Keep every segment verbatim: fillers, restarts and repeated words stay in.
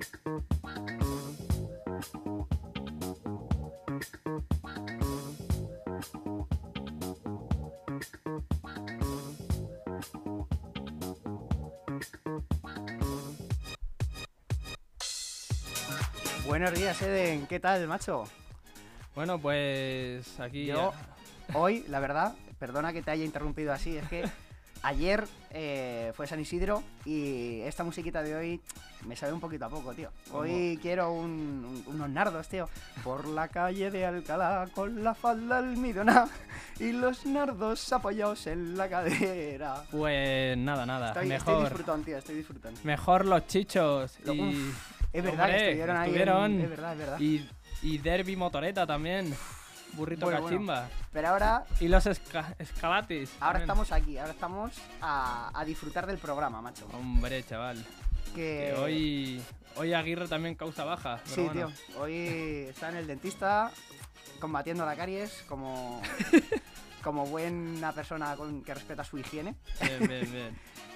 Buenos días, Eden. ¿Qué tal, macho? Bueno, pues aquí... Yo, ya... hoy, la verdad, perdona que te haya interrumpido así, es que ayer eh, fue San Isidro y esta musiquita de hoy me sabe un poquito a poco, tío. Hoy ¿Cómo? quiero un, un, unos nardos, tío. Por la calle de Alcalá con la falda almidonada y los nardos apoyados en la cadera. Pues nada, nada. Estoy, mejor, estoy disfrutando, tío, estoy disfrutando. Mejor los chichos Lo, y... uf, es verdad Hombre, que estuvieron ahí. Estuvieron. En, es verdad, es verdad. Y, y Derby Motoreta también. Burrito bueno, cachimba. Bueno. Pero ahora... Y los esca escalatis. Ahora también. estamos aquí, ahora estamos a, a disfrutar del programa, macho. Hombre, chaval. Que, que hoy, hoy Aguirre también causa baja. Pero sí, bueno. tío. Hoy está en el dentista combatiendo la caries como, como buena persona con, que respeta su higiene. Bien, bien, bien.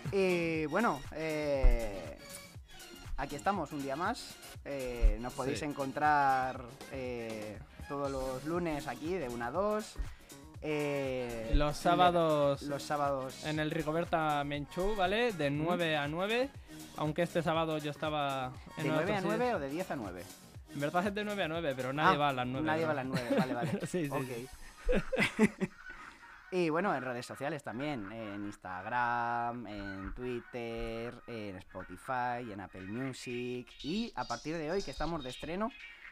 Y bueno, eh, aquí estamos un día más. Eh, nos podéis sí. encontrar eh, todos los lunes aquí de una a dos. Eh, los sábados los sábados en el Rigoberta Menchú, ¿vale? De nueve a nueve. Aunque este sábado yo estaba en ¿De nueve a nueve o de diez a nueve? En verdad es de nueve a nueve, pero nadie ah, va a las nueve. Nadie ¿no? va a las nueve, vale, vale. sí, sí, okay. sí. Y bueno, en redes sociales también, en Instagram, en Twitter, en Spotify, en Apple Music. Y a partir de hoy, que estamos de estreno,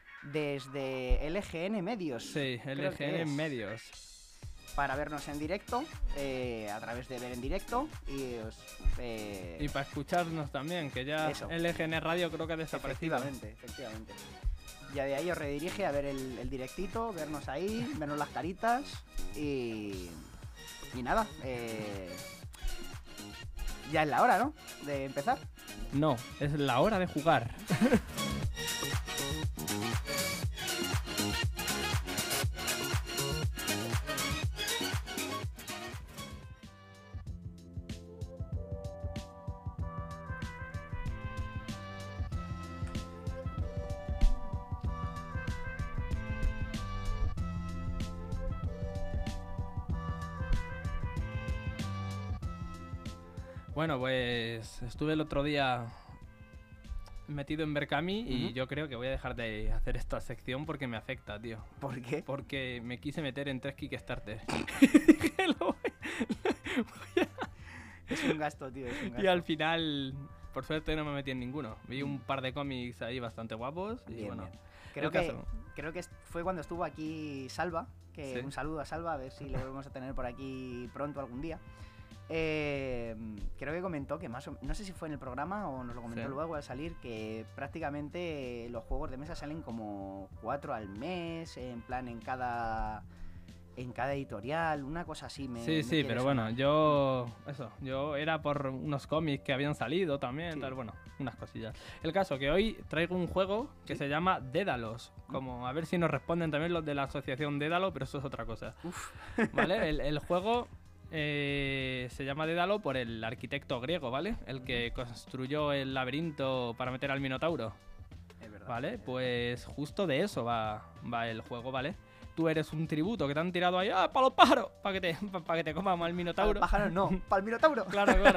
desde L G N Medios. Sí, L G N Medios. Para vernos en directo, eh, a través de ver en directo. Y, eh... y para escucharnos también, que ya Eso. L G N Radio creo que ha desaparecido. Efectivamente, efectivamente. Ya de ahí os redirige a ver el, el directito, vernos ahí, vernos las caritas y... Y nada, eh... ya es la hora, ¿no? De empezar. No, es la hora de jugar. Bueno, pues estuve el otro día metido en Berkami uh-huh. y yo creo que voy a dejar de hacer esta sección porque me afecta, tío. ¿Por qué? Porque me quise meter en tres Kickstarter. Es un gasto, tío, es un gasto. Y al final, por suerte, no me metí en ninguno. Vi un par de cómics ahí bastante guapos y bien, bueno. Bien. Creo que, caso. creo que fue cuando estuvo aquí Salva, que ¿Sí? un saludo a Salva, a ver si lo vamos a tener por aquí pronto algún día. Eh, creo que comentó que más o no sé si fue en el programa o nos lo comentó sí. luego al salir, que prácticamente los juegos de mesa salen como cuatro al mes, en plan en cada en cada editorial, una cosa así. Me, sí, me sí, pero sonar. bueno, yo eso, yo era por unos cómics que habían salido también, sí. tal, bueno, unas cosillas. El caso que hoy traigo un juego que ¿Sí? se llama Dédalos, como a ver si nos responden también los de la asociación Dédalo, pero eso es otra cosa. Uf. ¿Vale? El, el juego Eh, se llama Dédalo por el arquitecto griego, ¿vale? El que construyó el laberinto para meter al Minotauro. Es verdad. ¿Vale? Pues justo de eso va, va el juego, ¿vale? Tú eres un tributo que te han tirado ahí, ¡ah, para los pájaros! Para que te, pa que te comamos al Minotauro. Para los pájaros no, para el Minotauro. Claro, claro.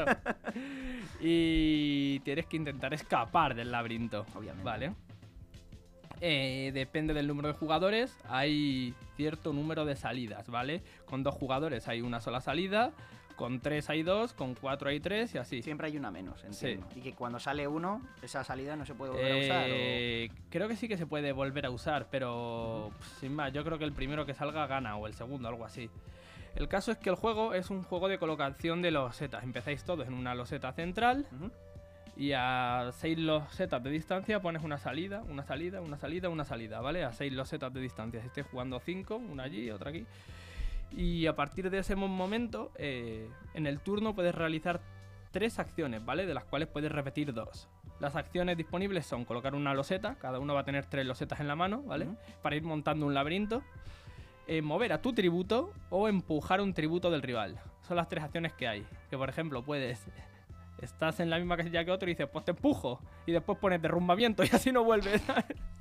Y tienes que intentar escapar del laberinto, obviamente. ¿vale? Eh, depende del número de jugadores, hay cierto número de salidas, ¿vale? Con dos jugadores hay una sola salida, con tres hay dos, con cuatro hay tres y así. Siempre hay una menos, entiendo. Sí. Y que cuando sale uno, esa salida no se puede volver eh, a usar. ¿O? Creo que sí que se puede volver a usar, pero uh-huh. sin más, yo creo que el primero que salga gana, o el segundo, algo así. El caso es que el juego es un juego de colocación de losetas. Empezáis todos en una loseta central. Uh-huh. Y a seis losetas de distancia pones una salida, una salida, una salida, una salida, ¿vale? A seis losetas de distancia. Si estés jugando cinco, una allí, otra aquí. Y a partir de ese momento, eh, en el turno puedes realizar tres acciones, ¿vale? De las cuales puedes repetir dos. Las acciones disponibles son colocar una loseta, cada uno va a tener tres losetas en la mano, ¿vale? Uh-huh. Para ir montando un laberinto. Eh, mover a tu tributo o empujar un tributo del rival. Son las tres acciones que hay. Que por ejemplo puedes... estás en la misma casilla que otro y dices, pues te empujo. Y después pones derrumbamiento y así no vuelves, ¿sabes?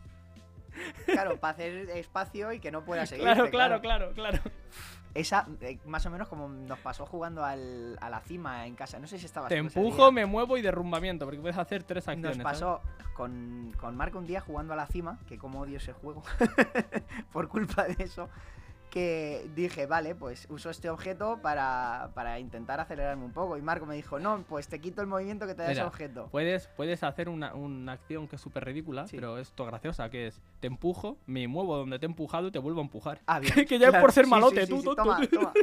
Claro, para hacer espacio y que no pueda seguir. Claro, claro, claro, claro. Esa, eh, más o menos como nos pasó jugando al, a la cima en casa. No sé si estabas Te tú ese empujo, día. me muevo y derrumbamiento, porque puedes hacer tres acciones. Nos pasó con, con Marco un día jugando a la cima, que como odio ese juego, por culpa de eso, que dije, vale, pues uso este objeto para, para intentar acelerarme un poco. Y Marco me dijo, no, pues te quito el movimiento que te da Mira, ese objeto. Puedes, puedes hacer una, una acción que es súper ridícula, Sí. pero esto graciosa, que es, te empujo, me muevo donde te he empujado y te vuelvo a empujar. Ah, bien. que ya Claro, es por ser sí, malote, sí, sí, tú, sí, tú, toma, tú. toma.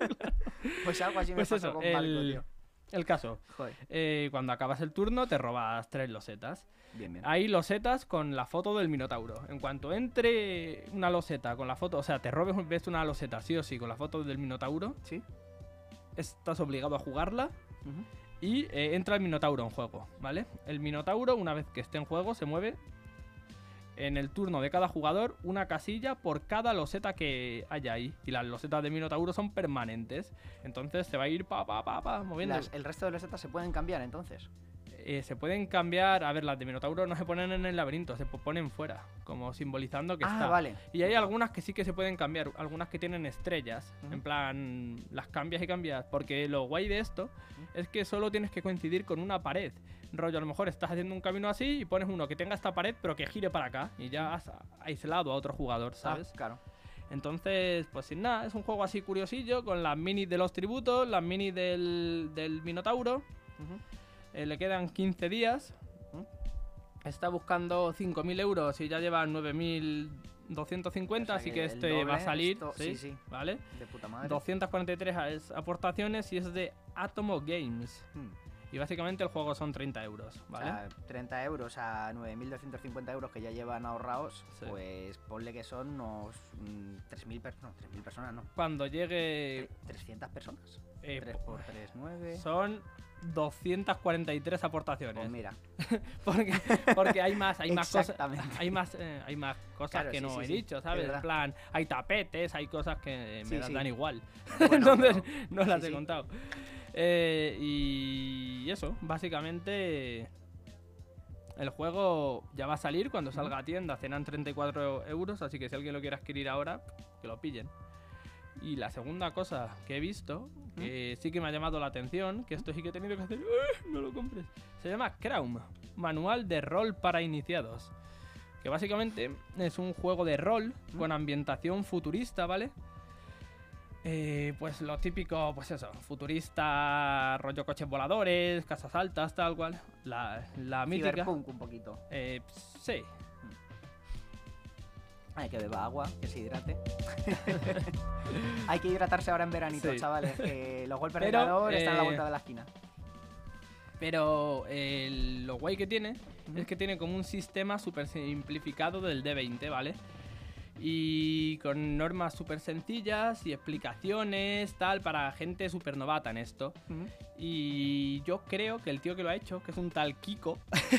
Pues algo así Pues me pasó eso, con Marco, el, tío. el caso. Joder. Eh, cuando acabas el turno te robas tres losetas. Bien, bien. Hay losetas con la foto del Minotauro. En cuanto entre una loseta con la foto, o sea, te robes ves una loseta sí o sí con la foto del Minotauro, ¿Sí? estás obligado a jugarla Ujú. y eh, entra el Minotauro en juego, ¿vale? El Minotauro, una vez que esté en juego, se mueve en el turno de cada jugador una casilla por cada loseta que haya ahí. Y las losetas de Minotauro son permanentes. Entonces se va a ir pa, pa, pa, pa, moviendo. Las- el resto de losetas se pueden cambiar entonces. Eh, se pueden cambiar. A ver, las de Minotauro no se ponen en el laberinto, se ponen fuera, como simbolizando que Ah, está. vale. Y hay algunas que sí que se pueden cambiar, algunas que tienen estrellas. Ujú. En plan, las cambias y cambias. Porque lo guay de esto es que solo tienes que coincidir con una pared. Rollo, a lo mejor estás haciendo un camino así y pones uno que tenga esta pared pero que gire para acá. Y ya has aislado a otro jugador, ¿sabes? Ah, claro. Entonces, pues sin nada, es un juego así curiosillo, con las minis de los tributos, las minis del, del Minotauro. Ujú. Eh, le quedan quince días. Ujú. Está buscando cinco mil euros y ya lleva nueve mil doscientos cincuenta, O sea así que que el este doble, va a salir. esto- ¿sí? sí, sí. ¿Vale? De puta madre. doscientas cuarenta y tres aportaciones y es de Atomo Games. Hmm. Y básicamente el juego son treinta euros, ¿vale? O sea, treinta euros a nueve mil doscientos cincuenta euros que ya llevan ahorrados, Sí. pues ponle que son unos mm, tres mil personas. No, tres mil personas no. Cuando llegue... Tre- trescientas personas. eh, tres por tres, nueve. son doscientas cuarenta y tres aportaciones. Pues mira. Porque, porque hay más, hay más cosas. Exactamente. Hay más, eh, hay más cosas Claro, que sí, no sí, he sí, dicho, es ¿sabes? En verdad. plan, hay tapetes, hay cosas que me Sí, dan, sí. dan igual. Bueno, Entonces, pero- no las sí, he sí. contado. Eh, y eso, básicamente. El juego ya va a salir cuando salga a tienda, serán treinta y cuatro euros, así que si alguien lo quiere adquirir ahora, que lo pillen. Y la segunda cosa que he visto, que sí que me ha llamado la atención, que esto sí que he tenido que hacer, ¡eh! No lo compres, se llama Crown, Manual de Rol para Iniciados. Que básicamente es un juego de rol con ambientación futurista, ¿vale? Eh, pues lo típico, pues eso, futurista, rollo coches voladores, casas altas, tal cual. La, la mítica. Cyberpunk un poquito. Eh, sí. Hay que beber agua, que se hidrate. Hay que hidratarse ahora en veranito, Sí. chavales. Que los golpes de Pero, calor están a la eh, vuelta de la esquina. Pero eh, lo guay que tiene es que tiene como un sistema súper simplificado del D veinte, ¿vale? Y con normas súper sencillas y explicaciones, tal, para gente súper novata en esto. Ujú. Y yo creo que el tío que lo ha hecho, que es un tal Kiko,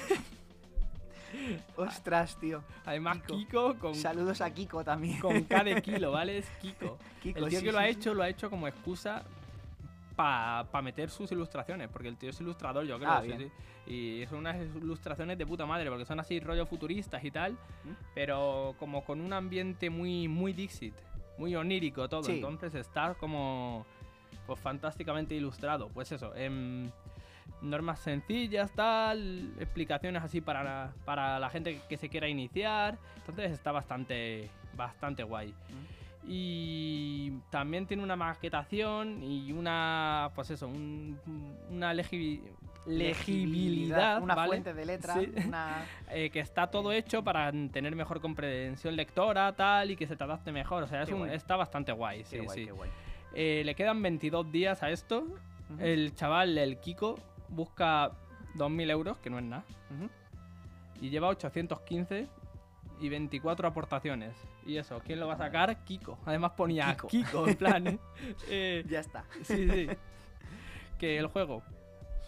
Ostras, tío. además Kiko. Kiko con, Saludos a Kiko también. con K de kilo, ¿vale? Es Kiko. Kiko, El tío sí, que lo sí, ha sí. hecho, lo ha hecho como excusa para pa meter sus ilustraciones, porque el tío es ilustrador, yo creo. Ah, sí, bien. sí. Y son unas ilustraciones de puta madre, porque son así rollo futuristas y tal, ¿Mm? pero como con un ambiente muy, muy Dixit, muy onírico todo. Sí. Entonces está como pues fantásticamente ilustrado. Pues eso, em, normas sencillas, tal, explicaciones así para la, para la gente que se quiera iniciar. Entonces está bastante, bastante guay. Y también tiene una maquetación y una, pues eso, un- una legi- legibilidad, Una ¿vale? fuente de letra. Sí. Una... Eh, que está todo hecho para tener mejor comprensión lectora, tal, y que se te adapte mejor. O sea, es Qué un- guay. está bastante guay, sí, Qué guay, sí. qué guay. Eh, le quedan veintidós días a esto. Ujú. El chaval, el Kiko, busca dos mil euros, que no es nada, Ujú. y lleva ochocientos quince y veinticuatro aportaciones. Y eso, ¿quién lo va a sacar? Kiko. Además ponía Kiko. Kiko, en plan, ¿eh? Eh, Ya está. sí, sí. Que el juego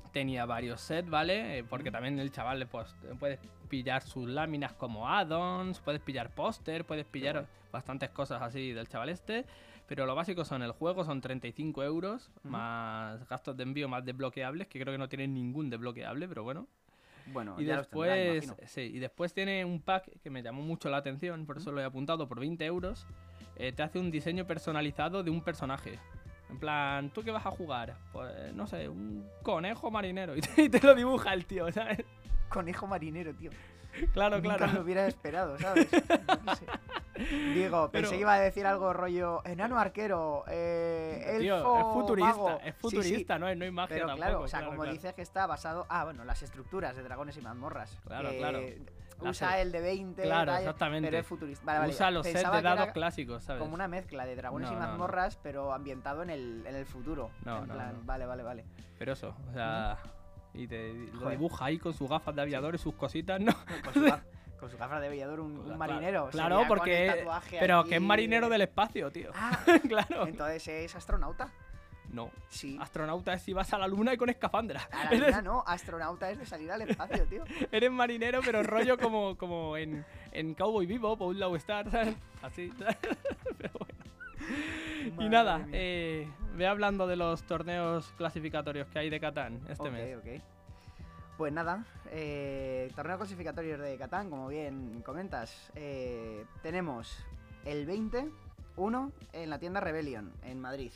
tenía varios sets, ¿vale? Eh, porque también el chaval le pues, puedes pillar sus láminas como add-ons, puedes pillar póster, puedes pillar Qué guay. bastantes cosas así del chaval este. Pero lo básico son el juego, son treinta y cinco euros, Ujú. más gastos de envío, más desbloqueables, que creo que no tienen ningún desbloqueable, pero bueno. Bueno, Y ya los tendrá, después, imagino. sí, y después tiene un pack que me llamó mucho la atención, por eso lo he apuntado, por veinte euros. Eh, te hace un diseño personalizado de un personaje. En plan, ¿tú qué vas a jugar? Pues, no sé, un conejo marinero. Y te, y te lo dibuja el tío, ¿sabes? Conejo marinero, tío. Claro, Nunca claro. lo hubiera esperado, ¿sabes? Yo qué sé. Digo, pensé Pero- que iba a decir algo rollo enano arquero, eh, elfo, Tío, es futurista, mago. es Sí, futurista, sí. No, hay, no hay magia Pero tampoco. claro, o sea, claro, como claro. dices que está basado... Ah, bueno, las estructuras de dragones y mazmorras. Claro, que claro. Usa Las- el de veinte, Claro, tal, exactamente. pero es futurista. Vale, vale. Usa los sets Pensaba de que era dados clásicos, ¿sabes? como una mezcla de dragones No, y no, no. mazmorras, pero ambientado en el, en el futuro. No, En no, plan, no. Vale, vale, vale. Pero eso, o sea... Y te lo Joder. dibuja ahí con sus gafas de aviador y sus cositas, ¿no? Con su, gaf- con su gafas de aviador, un, un Claro, marinero. Claro, sería con porque... el tatuaje Pero aquí que es marinero de- del espacio, tío. Ah, Claro. entonces es astronauta. No. Sí. Astronauta es si vas a la luna y con escafandra. A la Eres, luna no, astronauta es de salir al espacio, tío. eres marinero, pero rollo como, como en, en Cowboy Bebop o un Low Star, ¿sabes? Así. Pero bueno. Y Madre nada, mía. eh, ve hablando de los torneos clasificatorios que hay de Catán este Ok, mes. ok. Pues nada, eh, torneo clasificatorios de Catán, como bien comentas. eh, tenemos el veinte, uno en la tienda Rebellion, en Madrid.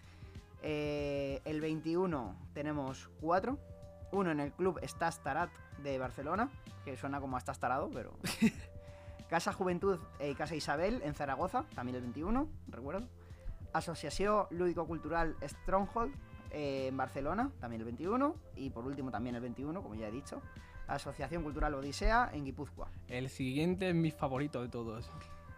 Eh, el veintiuno tenemos cuatro, uno en el club Estás Tarat de Barcelona, que suena como Estás Tarado, pero... Casa Juventud y Casa Isabel en Zaragoza, también el veintiuno, recuerdo. Asociación Lúdico-Cultural Stronghold eh, en Barcelona, también el veintiuno. Y por último también el veintiuno, como ya he dicho. Asociación Cultural Odisea en Guipúzcoa. El siguiente es mi favorito de todos.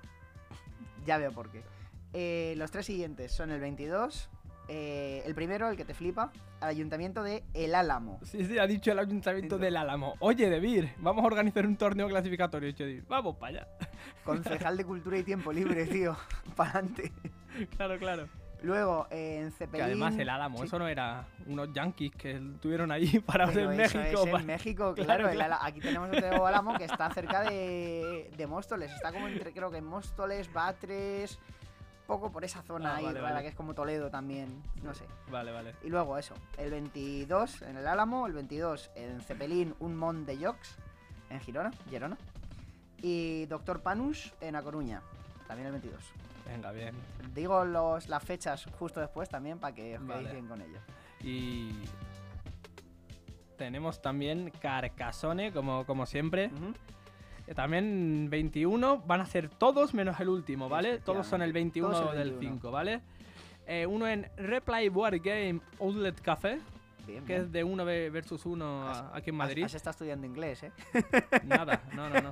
Ya veo por qué. Eh, los tres siguientes son el veintidós. Eh, el primero, el que te flipa, al Ayuntamiento de El Álamo. Sí, sí, ha dicho el Ayuntamiento Entonces- del Álamo. Oye, Debir, vamos a organizar un torneo clasificatorio. Y yo digo, vamos para allá. Concejal de Cultura y Tiempo Libre, tío. Para adelante. Claro, claro. Luego, eh, en Cepelín... Que además el Álamo, sí. eso no era unos yankees que tuvieron ahí parados Pero en eso México. es en para- México, Claro, claro. el claro. Ala- aquí tenemos otro Álamo que está cerca de, de Móstoles. Está como entre, creo que en Móstoles, Batres, poco por esa zona Ah, ahí vale, rara, vale. que es como Toledo también, no sé. Vale, vale. Y luego eso, el veintidós en el Álamo, el veintidós en Cepelín, un Mont de Jocs en Girona, Gerona. Y Doctor Panus en A Coruña, también el veintidós. Venga, bien. Digo los, las fechas justo después también para que os quedéis Vale. bien con ello. Y tenemos también Carcassonne, como, como siempre. Ujú. Eh, También veintiuno, van a ser todos menos el último, ¿vale? Todos son el veintiuno Todos el del veintiuno. cinco, ¿vale? Eh, uno en Replay Board Game Outlet Café, Bien, que bien. es de uno versus uno Has- aquí en Has- Madrid. Has estado estudiando inglés, ¿eh? Nada, no, no, no.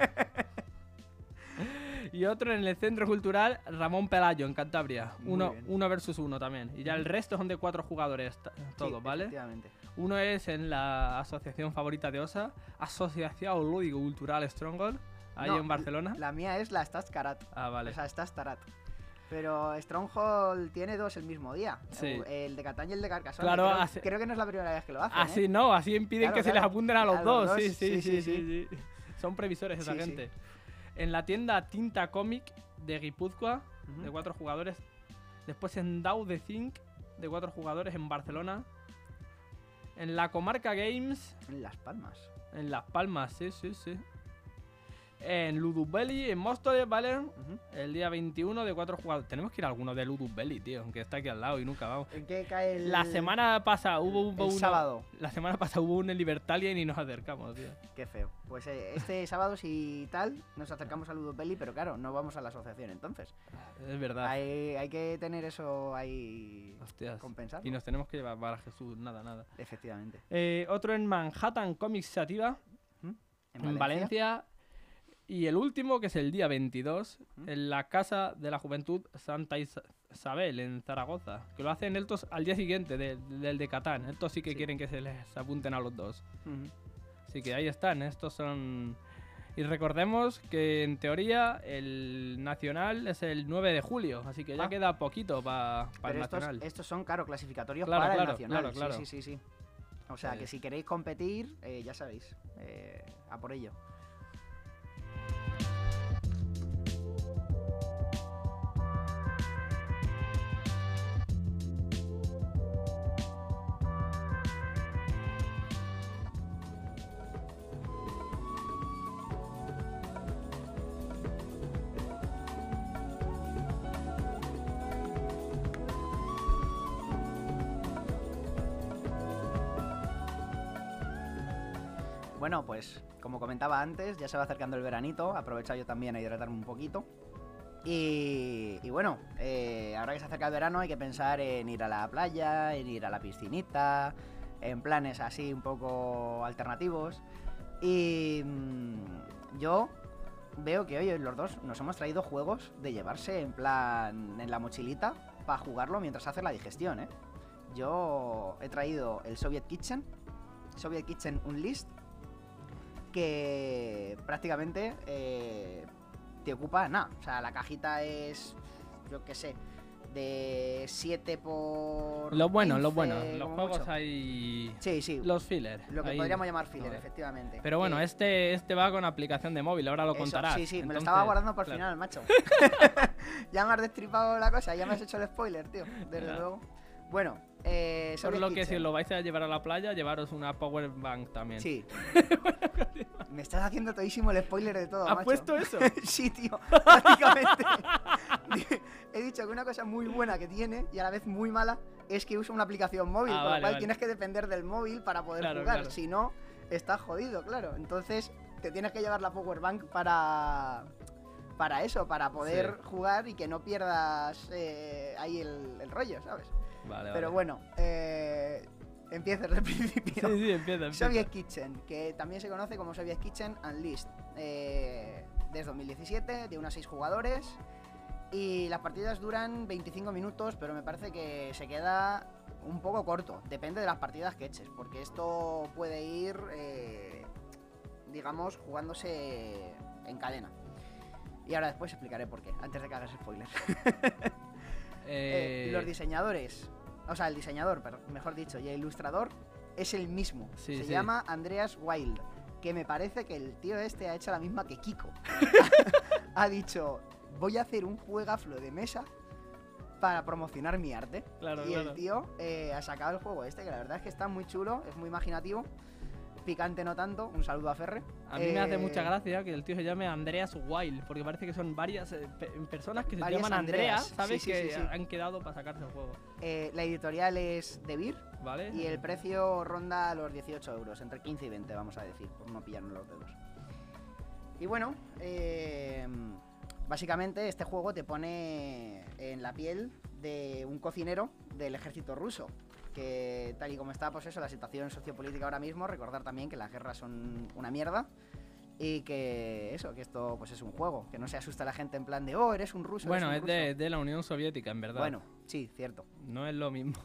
Y otro en el Centro Cultural Ramón Pelayo, en Cantabria. Muy Uno, bien. uno versus uno también. Y ya el resto son de cuatro jugadores ta- todos, Sí, ¿vale? efectivamente. Uno es en la asociación favorita de Osa, Asociación Lúdico Cultural Stronghold, ahí No, en Barcelona. La mía es la Stats Karat. Ah, vale. O sea, Stats Tarat. Pero Stronghold tiene dos el mismo día. Sí. El, el de Catán y el de Carcassonne. Claro, creo, hace- creo que no es la primera vez que lo hacen. Así ¿eh? no, así impiden Claro, que se claro. les apunten a los, A los dos. dos, Sí, sí, sí, sí, sí, sí, sí. Son previsores esa Sí, sí. gente. En la tienda Tinta Comic de Guipúzcoa, Ujú. de cuatro jugadores. Después en Dau de Zinc, de cuatro jugadores en Barcelona. En la Comarca Games, En Las Palmas. en Las Palmas, sí, sí, sí. En Ludus Belli, en Móstoles, ¿vale? Ujú. El día veintiuno de cuatro jugadores. Tenemos que ir a alguno de Ludus Belli, tío, aunque está aquí al lado y nunca vamos. ¿En qué cae el. La semana pasada hubo, hubo el uno- sábado. La semana pasada hubo un en Libertalia y nos acercamos, tío. Qué feo. Pues eh, este sábado, si tal, nos acercamos a Ludus Belli, pero claro, no vamos a la asociación entonces. Es verdad. Hay, hay que tener eso ahí Hostias. compensado. Y nos tenemos que llevar para Jesús, nada, nada. Efectivamente. Eh, otro en Manhattan Comics Sativa, ¿Mm? en Valencia. Y el último, que es el día veintidós, ¿Mm? en la Casa de la Juventud Santa Isa- Isabel, en Zaragoza. Que lo hacen estos al día siguiente de- del de Catán. Estos sí que Sí. quieren que se les apunten a los dos. Ujú. Así que ahí están, estos son... Y recordemos que en teoría el Nacional es el nueve de julio, así que ya Ah. queda poquito para el Pero estos, Nacional. estos son, claro, clasificatorios Claro, para claro, el Nacional. claro, claro. Sí, sí, sí, sí. O sea, pues... que si queréis competir, eh, ya sabéis, eh, a por ello. Bueno, pues como comentaba antes, ya se va acercando el veranito, aprovecho yo también a hidratarme un poquito. Y, y bueno, eh, ahora que se acerca el verano hay que pensar en ir a la playa, en ir a la piscinita, en planes así un poco alternativos. Y mmm, yo veo que hoy los dos nos hemos traído juegos de llevarse en plan en la mochilita para jugarlo mientras hace la digestión, ¿eh? Yo he traído el Soviet Kitchen, Soviet Kitchen Unleashed, que prácticamente eh, te ocupa nada. O sea, la cajita es, yo qué sé, de siete por... Lo bueno, quince, lo bueno. Los juegos mucho. Hay... Sí, sí. Los filler. Lo que ahí... podríamos llamar filler, no, efectivamente. Pero bueno, eh, este, este va con aplicación de móvil, ahora lo eso, contarás. Sí, sí, Entonces, me lo estaba guardando para el claro. final, macho. Ya me has destripado la cosa, ya me has hecho el spoiler, tío. Desde Claro. luego. Bueno, eh, Por Soviet lo que Kitchen. si os lo vais a llevar a la playa, llevaros una power bank también. Sí. Me estás haciendo todísimo el spoiler de todo, ¿Has macho. puesto eso? Sí, tío, prácticamente. He dicho que una cosa muy buena que tiene y a la vez muy mala es que usa una aplicación móvil, Ah, con lo vale, cual vale. tienes que depender del móvil para poder Claro, jugar. claro. Si no, estás jodido, claro. Entonces, te tienes que llevar la power bank para... Para eso, para poder Sí. jugar y que no pierdas eh, ahí el, el rollo, ¿sabes? Vale, Pero vale. bueno, eh, empiezo desde el principio. Sí, sí, empieza, empieza. Soviet Kitchen, que también se conoce como Soviet Kitchen Unleashed. Eh, desde dos mil diecisiete, de unos seis jugadores. Y las partidas duran veinticinco minutos, pero me parece que se queda un poco corto. Depende de las partidas que eches, porque esto puede ir, eh, digamos, jugándose en cadena. Y ahora después explicaré por qué, antes de que hagas spoiler. Eh... Eh, los diseñadores, o sea, el diseñador, pero mejor dicho, y el ilustrador es el mismo. Sí, Se sí. llama Andreas Wild, que me parece que el tío este ha hecho la misma que Kiko. Ha dicho, voy a hacer un juegaflo de mesa para promocionar mi arte. Claro, y claro. el tío eh, ha sacado el juego este, que la verdad es que está muy chulo, es muy imaginativo. Picante no tanto, un saludo a Ferre. A mí Eh, me hace mucha gracia que el tío se llame Andreas Wild, porque parece que son varias eh, pe- personas que se Varias llaman Andreas, Andreas, ¿sabes? sí, sí, que sí, sí. han quedado para sacarse el juego, eh, la editorial es De Beer. ¿vale? Y el precio ronda los dieciocho euros, entre quince y veinte, vamos a decir, por no pillarnos los dedos. Y bueno, eh, básicamente este juego te pone en la piel de un cocinero del ejército ruso. Que tal y como está, pues eso, la situación sociopolítica ahora mismo, recordar también que las guerras son una mierda. Y que eso, que esto pues es un juego, que no se asusta la gente en plan de, oh, eres un ruso. Bueno, eres es un de, ruso". de la Unión Soviética, en verdad. Bueno, sí, cierto. No es lo mismo.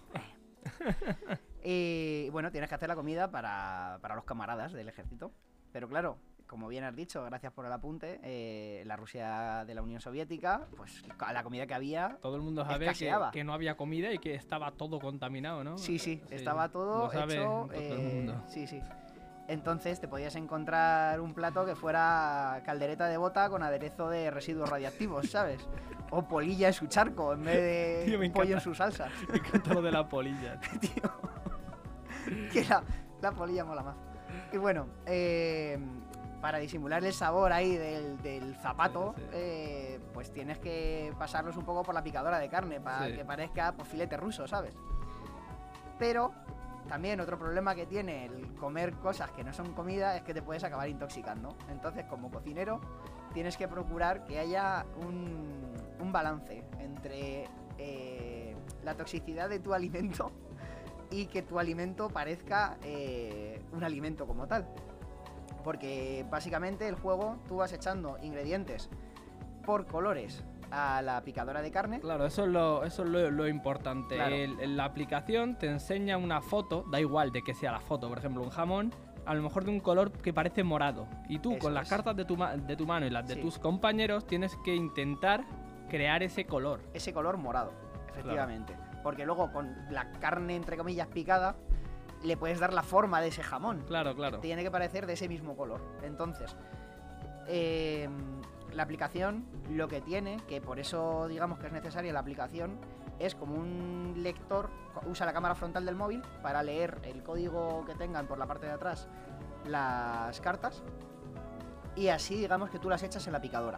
Y bueno, tienes que hacer la comida para, para los camaradas del ejército. Pero claro, como bien has dicho, gracias por el apunte, eh, la Rusia de la Unión Soviética, pues la comida que había... Todo el mundo sabe que, Escaseaba. que no había comida y que estaba todo contaminado, ¿no? Sí, sí, estaba todo lo sabe hecho... todo el eh, mundo. sí, sí. Entonces te podías encontrar un plato que fuera caldereta de bota con aderezo de residuos radiactivos, ¿sabes? O polilla en su charco en vez de Tío, me pollo encanta. en su salsa. Me encanta lo de la polilla. Tío. Que la, la polilla mola más. Y bueno, eh, para disimular el sabor ahí del, del zapato, Sí, sí. eh, pues tienes que pasarlos un poco por la picadora de carne para Sí. que parezca pues, filete ruso, ¿sabes? Pero también otro problema que tiene el comer cosas que no son comida es que te puedes acabar intoxicando. Entonces, como cocinero, tienes que procurar que haya un, un balance entre eh, la toxicidad de tu alimento y que tu alimento parezca eh, un alimento como tal. Porque básicamente el juego tú vas echando ingredientes por colores a la picadora de carne. Claro, eso es lo, eso es lo, lo importante. Claro. El- el- la aplicación te enseña una foto, da igual de que sea la foto, por ejemplo, un jamón, a lo mejor de un color que parece morado. Y tú, Eso con las es. cartas de tu, ma- de tu mano y las de Sí. tus compañeros, tienes que intentar crear ese color. Ese color morado, efectivamente. Porque luego con la carne, entre comillas, picada, le puedes dar la forma de ese jamón. Claro, claro. Tiene que parecer de ese mismo color. Entonces, eh, la aplicación lo que tiene, que por eso digamos que es necesaria la aplicación, es como un lector, usa la cámara frontal del móvil para leer el código que tengan por la parte de atrás las cartas, y así digamos que tú las echas en la picadora.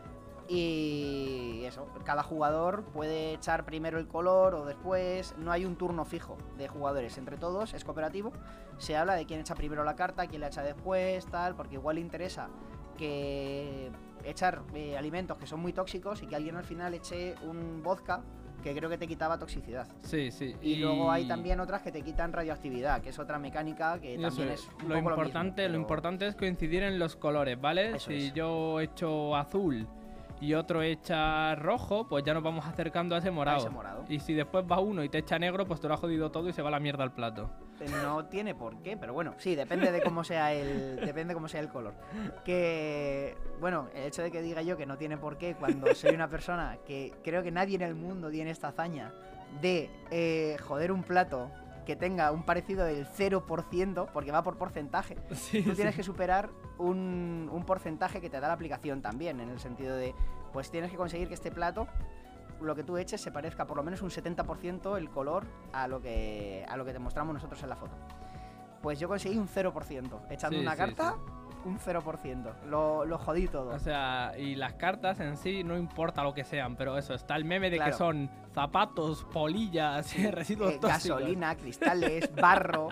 Y eso, cada jugador puede echar primero el color o después, no hay un turno fijo de jugadores, entre todos es cooperativo, se habla de quién echa primero la carta, quién la echa después, tal, porque igual le interesa que echar eh, alimentos que son muy tóxicos y que alguien al final eche un vodka que creo que te quitaba toxicidad. Sí, sí. Y, y luego hay también otras que te quitan radioactividad, que es otra mecánica que y también es. es un lo poco importante, lo mismo, pero... lo importante es coincidir en los colores, ¿vale? Eso si es. yo echo azul y otro echa rojo, pues ya nos vamos acercando a ese morado. A ese morado. Y si después va uno y te echa negro, pues te lo ha jodido todo y se va la mierda al plato. No tiene por qué, pero bueno, sí, depende de cómo sea el depende cómo sea el color. Que bueno, el hecho de que diga yo que no tiene por qué cuando soy una persona que creo que nadie en el mundo tiene esta hazaña de eh, joder un plato que tenga un parecido del cero por ciento, porque va por porcentaje. Sí, Tú tienes sí. que superar un, un porcentaje que te da la aplicación también, en el sentido de, pues tienes que conseguir que este plato, lo que tú eches, se parezca por lo menos un setenta por ciento el color a lo que a lo que te mostramos nosotros en la foto. Pues yo conseguí un cero por ciento, echando Sí, una sí, carta, un cero por ciento. Lo, lo jodí todo. O sea, y las cartas en sí no importa lo que sean, pero eso, está el meme de Claro. que son zapatos, polillas, residuos Eh, tóxicos. gasolina, cristales, barro.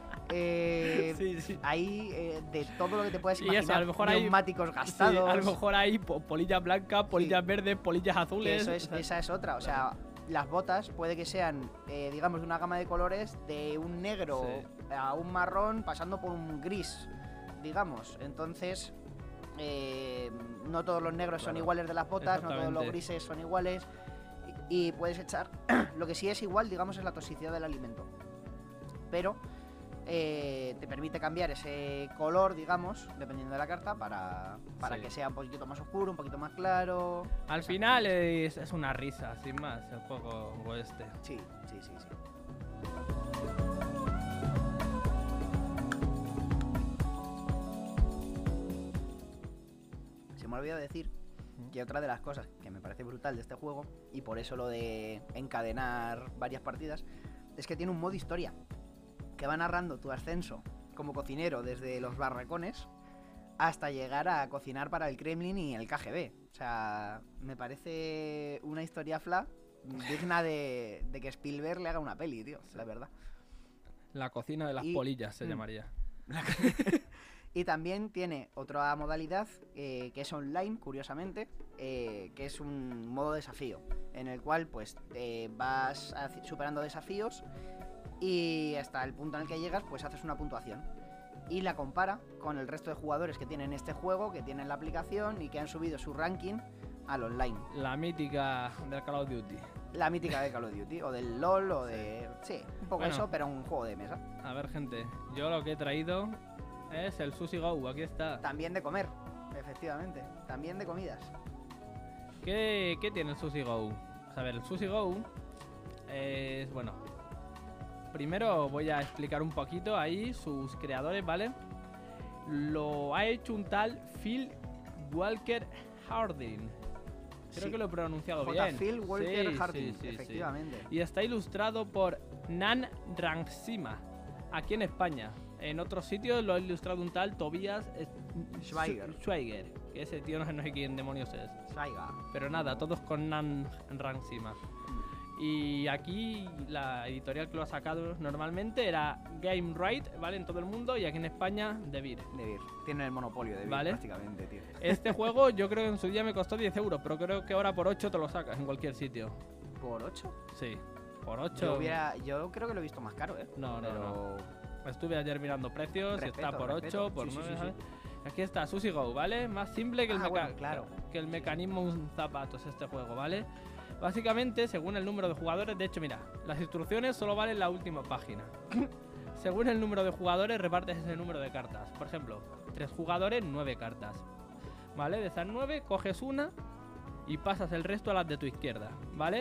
Eh, Sí, sí. Ahí eh, de todo lo que te puedes Y imaginar. eso, a lo mejor hay- neumáticos Sí, gastados. a lo mejor hay po- polillas blancas, polillas verdes, polillas Que azules. eso es, o sea, esa es otra. O sea, las botas puede que sean, eh, digamos, de una gama de colores de un negro Sí. a un marrón pasando por un gris, digamos. Entonces, eh, no todos los negros son Claro, iguales de las botas, no todos los exactamente. grises son iguales. Y, y puedes echar. Lo que sí es igual, digamos, es la toxicidad del alimento. Pero eh, te permite cambiar ese color, digamos, dependiendo de la carta, para, para Sí. que sea un poquito más oscuro, un poquito más claro. Al Esas final cosas. es, es una risa, sin más, el juego este. Sí, sí, sí, sí. Se me olvidó decir que otra de las cosas que me parece brutal de este juego, y por eso lo de encadenar varias partidas, es que tiene un modo historia que va narrando tu ascenso como cocinero desde los barracones hasta llegar a cocinar para el Kremlin y el K G B. O sea, me parece una historia fla digna de, de que Spielberg le haga una peli, tío, la verdad. La cocina de las Y- polillas se mm. llamaría. Y también tiene otra modalidad eh, que es online, curiosamente, eh, que es un modo desafío, en el cual pues eh, vas haci- superando desafíos y hasta el punto en el que llegas pues haces una puntuación. Y la compara con el resto de jugadores que tienen este juego, que tienen la aplicación y que han subido su ranking al online. La mítica del Call of Duty. La mítica de Call of Duty, o del LOL, o de... Sí, un poco Bueno. eso, pero un juego de mesa. A ver, gente, yo lo que he traído es el Sushi Go, aquí está. También de comer, efectivamente. También de comidas. ¿Qué, qué tiene el Sushi Go? A ver, el Sushi Go es, bueno, primero voy a explicar un poquito ahí sus creadores, ¿vale? Lo ha hecho un tal Phil Walker Harding. Creo Sí. que lo he pronunciado J. bien. Phil Walker Sí, Harding, sí, sí, sí. efectivamente. Y está ilustrado por Nan Rangsima, aquí en España. En otros sitios lo ha ilustrado un tal Tobias eh, Schweiger. Schweiger, que ese tío no sé, no sé quién demonios es. Saiga. Pero nada, todos con Nan Rangsima. Y aquí la editorial que lo ha sacado normalmente era Game Right, ¿vale? En todo el mundo, y aquí en España, The Beer. De Beer. Tienen el monopolio de Beer, Vale. prácticamente, tío. Este juego yo creo que en su día me costó diez euros, pero creo que ahora por ocho te lo sacas en cualquier sitio. ¿Por ocho? Sí, por ocho. Yo, hubiera, yo creo que lo he visto más caro, ¿eh? No, no, Pero... Estuve ayer mirando precios, y Respeto, está por respeto. ocho, por Sí, sí, nueve, sí, ¿sabes? Aquí está, Sushi Go, ¿vale? Más simple que el, Ah, meca- bueno, claro. que el mecanismo un zapatos este juego, ¿vale? Básicamente, según el número de jugadores, de hecho, mira, las instrucciones solo valen la última página. Según el número de jugadores, repartes ese número de cartas. Por ejemplo, tres jugadores, nueve cartas. ¿Vale? De esas nueve, coges una y pasas el resto a las de tu izquierda, ¿vale?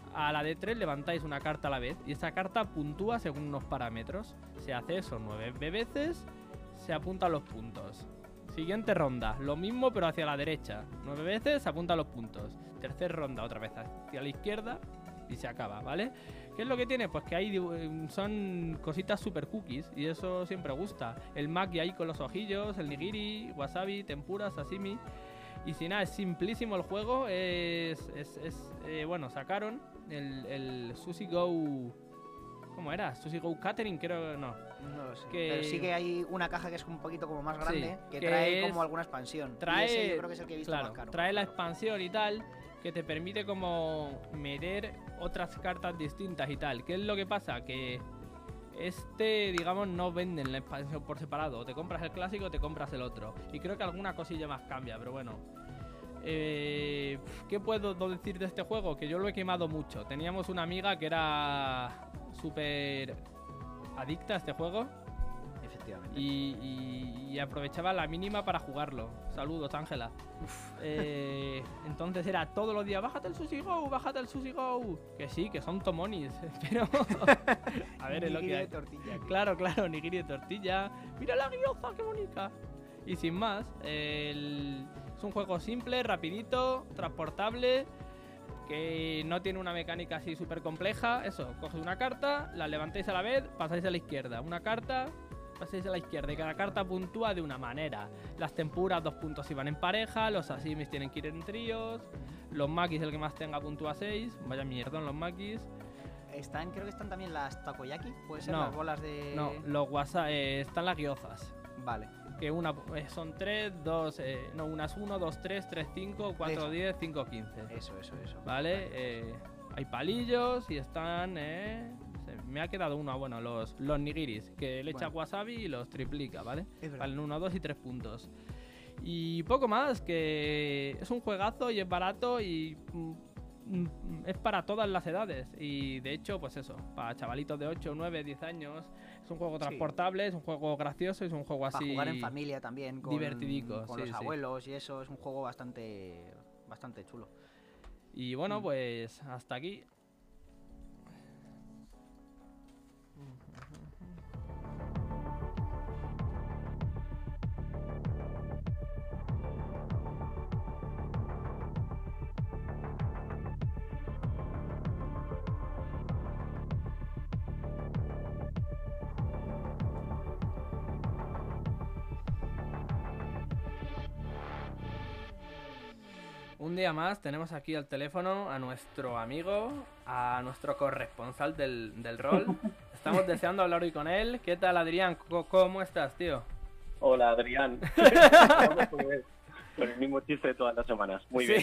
a la de tres levantáis una carta a la vez y esa carta puntúa según unos parámetros. Se hace eso nueve veces, se apuntan los puntos. Siguiente ronda, lo mismo pero hacia la derecha. Nueve veces se apuntan los puntos. Tercera ronda, otra vez hacia la izquierda y se acaba, ¿vale? ¿Qué es lo que tiene? Pues que ahí son cositas super cookies y eso siempre gusta. El maki ahí con los ojillos, el nigiri, wasabi, tempura, sashimi. Y si nada, es simplísimo el juego. Es, es, es eh, bueno, sacaron el, el Sushi Go... ¿Cómo era? Sushi Go Catering, creo, no. No lo sé. Que... Pero sí que hay una caja que es un poquito como más grande, Sí, que, que trae es- como alguna expansión. Trae, Y ese yo creo que es el que he visto claro, más caro. trae la expansión y tal, que te permite como meter otras cartas distintas y tal. ¿Qué es lo que pasa? Que este, digamos, no venden la expansión por separado. Te compras el clásico o te compras el otro. Y creo que alguna cosilla más cambia, pero bueno. Eh, ¿Qué puedo decir de este juego? Que yo lo he quemado mucho. Teníamos una amiga que era súper adicta a este juego. Efectivamente. Y, y- y aprovechaba la mínima para jugarlo. Saludos, Ángela. Eh, entonces era todos los días, bájate el Sushi Go, bájate el Sushi Go. Que sí, que son tomonis, pero... a ver, es lo Nigiri que de hay. tortilla, tío. Claro, claro, nigiri de tortilla. Mira la guioza, qué bonita. Y sin más, el- es un juego simple, rapidito, transportable, que no tiene una mecánica así súper compleja. Eso, coges una carta, la levantáis a la vez, pasáis a la izquierda. Una carta, pasáis a la izquierda y cada carta puntúa de una manera. Las tempuras, dos puntos si van en pareja, los sashimis tienen que ir en tríos, los makis, el que más tenga, puntúa seis. Vaya mierdón los makis. Están, creo que están también las takoyaki, puede ser No, las bolas de... No, los wasa eh, están las guiozas. Vale. Que una eh, son tres, dos, eh, no, una es uno, dos, tres, tres, cinco, cuatro, Eso. diez, cinco, quince. Eso, eso, eso. ¿Vale? Eh, hay palillos y están, eh, se- me ha quedado uno, bueno, los, los nigiris, que le echa Bueno. wasabi y los triplica, ¿vale? Es verdad. Valen uno, dos y tres puntos. Y poco más, que es un juegazo y es barato y mm, mm, es para todas las edades. Y de hecho, pues eso, para chavalitos de ocho, nueve, diez años, es un juego Sí. transportable, es un juego gracioso, es un juego Para así... jugar en familia también, con, divertidico, con sí, los sí. abuelos y eso, es un juego bastante, bastante chulo. Y bueno, Mm. pues hasta aquí. Un día más tenemos aquí al teléfono a nuestro amigo, a nuestro corresponsal del, del rol. Estamos deseando hablar hoy con él. ¿Qué tal, Adrián? Co- ¿Cómo estás, tío? Hola, Adrián. Vamos con el- con el mismo chiste de todas las semanas. Muy Sí. bien.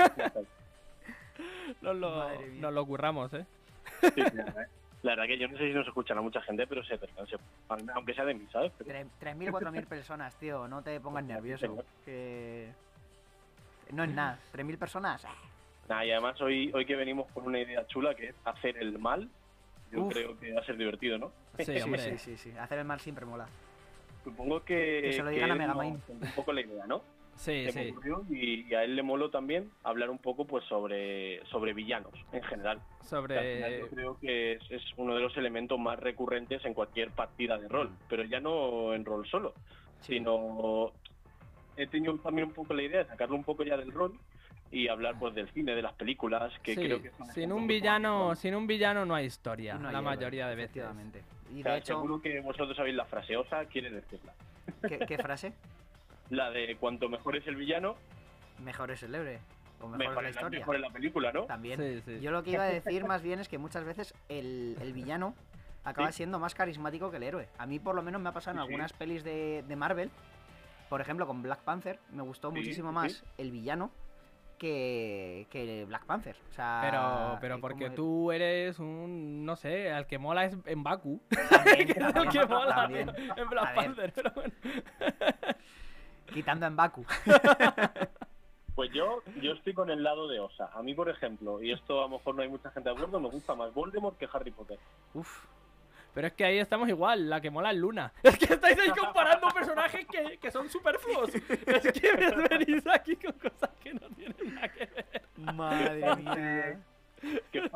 Nos lo, Madre mía. nos lo curramos, ¿eh? Sí, sí, la verdad. La verdad que yo no sé si nos escuchan a mucha gente, pero sé, pero se- aunque sea de mí, ¿sabes? Pero- Tre- tres mil, cuatro mil personas, tío, no te pongas nervioso. señor. Que... No es nada, tres mil personas. ah, Nada, y además hoy, hoy que venimos con una idea chula que es hacer el mal, yo Uf. creo que va a ser divertido, ¿no? Sí, Sí, hombre. sí, sí, sí. Hacer el mal siempre mola. Supongo que, Que se lo digan a él Megamind. nos contó un poco la idea, ¿no? Sí, Se me sí. ocurrió y, y a él le moló también hablar un poco pues sobre, sobre villanos en general. Que al final Sobre... yo creo que es, es uno de los elementos más recurrentes en cualquier partida de rol, pero ya no en rol solo, Sí. sino he tenido también un poco la idea de sacarlo un poco ya del rol y hablar pues del cine, de las películas, que Sí, creo que son sin ejemplos un mucho villano, más sin un villano no hay historia, No hay la héroe, mayoría de veces. efectivamente. Y O sea, de hecho, seguro que vosotros sabéis la frase, osa quiere decirla. ¿qué, qué frase? La de cuanto mejor es el villano, Mejor es el héroe. O mejor, mejor, es la es la, historia. mejor es la película, ¿no? También. Sí, sí. Yo lo que iba a decir más bien es que muchas veces el, el villano acaba Sí. siendo más carismático que el héroe. A mí por lo menos me ha pasado en Sí, sí. algunas pelis de, de Marvel. Por ejemplo, con Black Panther me gustó Sí, muchísimo sí, más sí. el villano que, que Black Panther. O sea, Pero, pero eh, porque como- tú eres un, no sé, al que mola es en Baku. También, Que es el también, que mola también. tío, en Black A ver. Panther, pero bueno. Quitando en Baku. Pues yo, yo estoy con el lado de Osa. A mí, por ejemplo, y esto a lo mejor no hay mucha gente de acuerdo, me gusta más Voldemort que Harry Potter. Uf. Pero es que ahí estamos igual, la que mola es Luna. Es que estáis ahí comparando personajes que, que son superfluos. Es que me venís aquí con cosas que no tienen nada que ver. Madre mía. Qué falta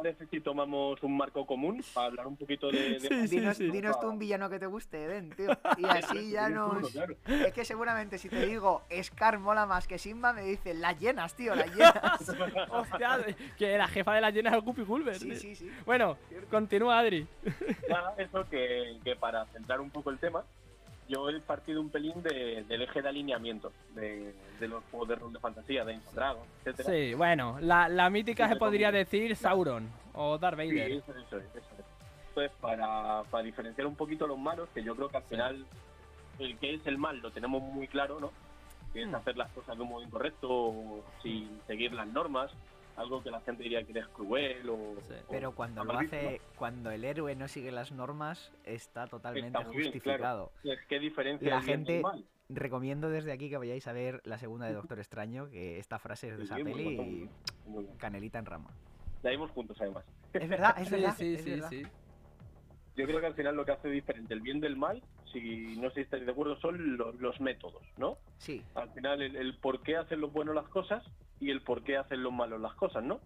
parece si tomamos un marco común para hablar un poquito de... de Sí, sí, dinos, sí. dinos tú un villano que te guste, Eden, tío. Y así ya nos... Claro. Es que seguramente si te digo Scar mola más que Simba, me dicen las llenas, tío, las llenas. Hostia, que la jefa de las llenas es Guppy Gulliver. Sí, sí, sí. Bueno, continúa, Adri. Nada, eso que, que para centrar un poco el tema, yo he partido un pelín de, del eje de alineamiento de, de los juegos de rol de fantasía, de Dungeons Dragon, etcétera. Sí, bueno, la, la mítica Sí, se me podría conviene. decir Sauron o Darth Sí, Vader. eso, eso es, eso es. Entonces, para, para diferenciar un poquito los malos, que yo creo que al final el que es el mal lo tenemos muy claro, ¿no? Que es Mm. hacer las cosas de un modo incorrecto, sin seguir las normas, algo que la gente diría que es cruel o... Sí. o Pero cuando lo amarillista, hace, cuando el héroe no sigue las normas, está totalmente Está muy bien, justificado. ¿no? Es que diferencia La el bien del gente- mal. Recomiendo desde aquí que vayáis a ver la segunda de Doctor Extraño, que esta frase es de Sí, esa muy peli bueno, y muy bien, muy bien. canelita en rama. La vimos juntos además. Es verdad, es Sí, verdad. sí, es sí, verdad. sí. Yo creo que al final lo que hace diferente el bien del mal, si no sé si estáis de acuerdo, son lo- los métodos, ¿no? Sí, Al final el, el por qué hacen los buenos las cosas y el por qué hacen los malos las cosas, ¿no?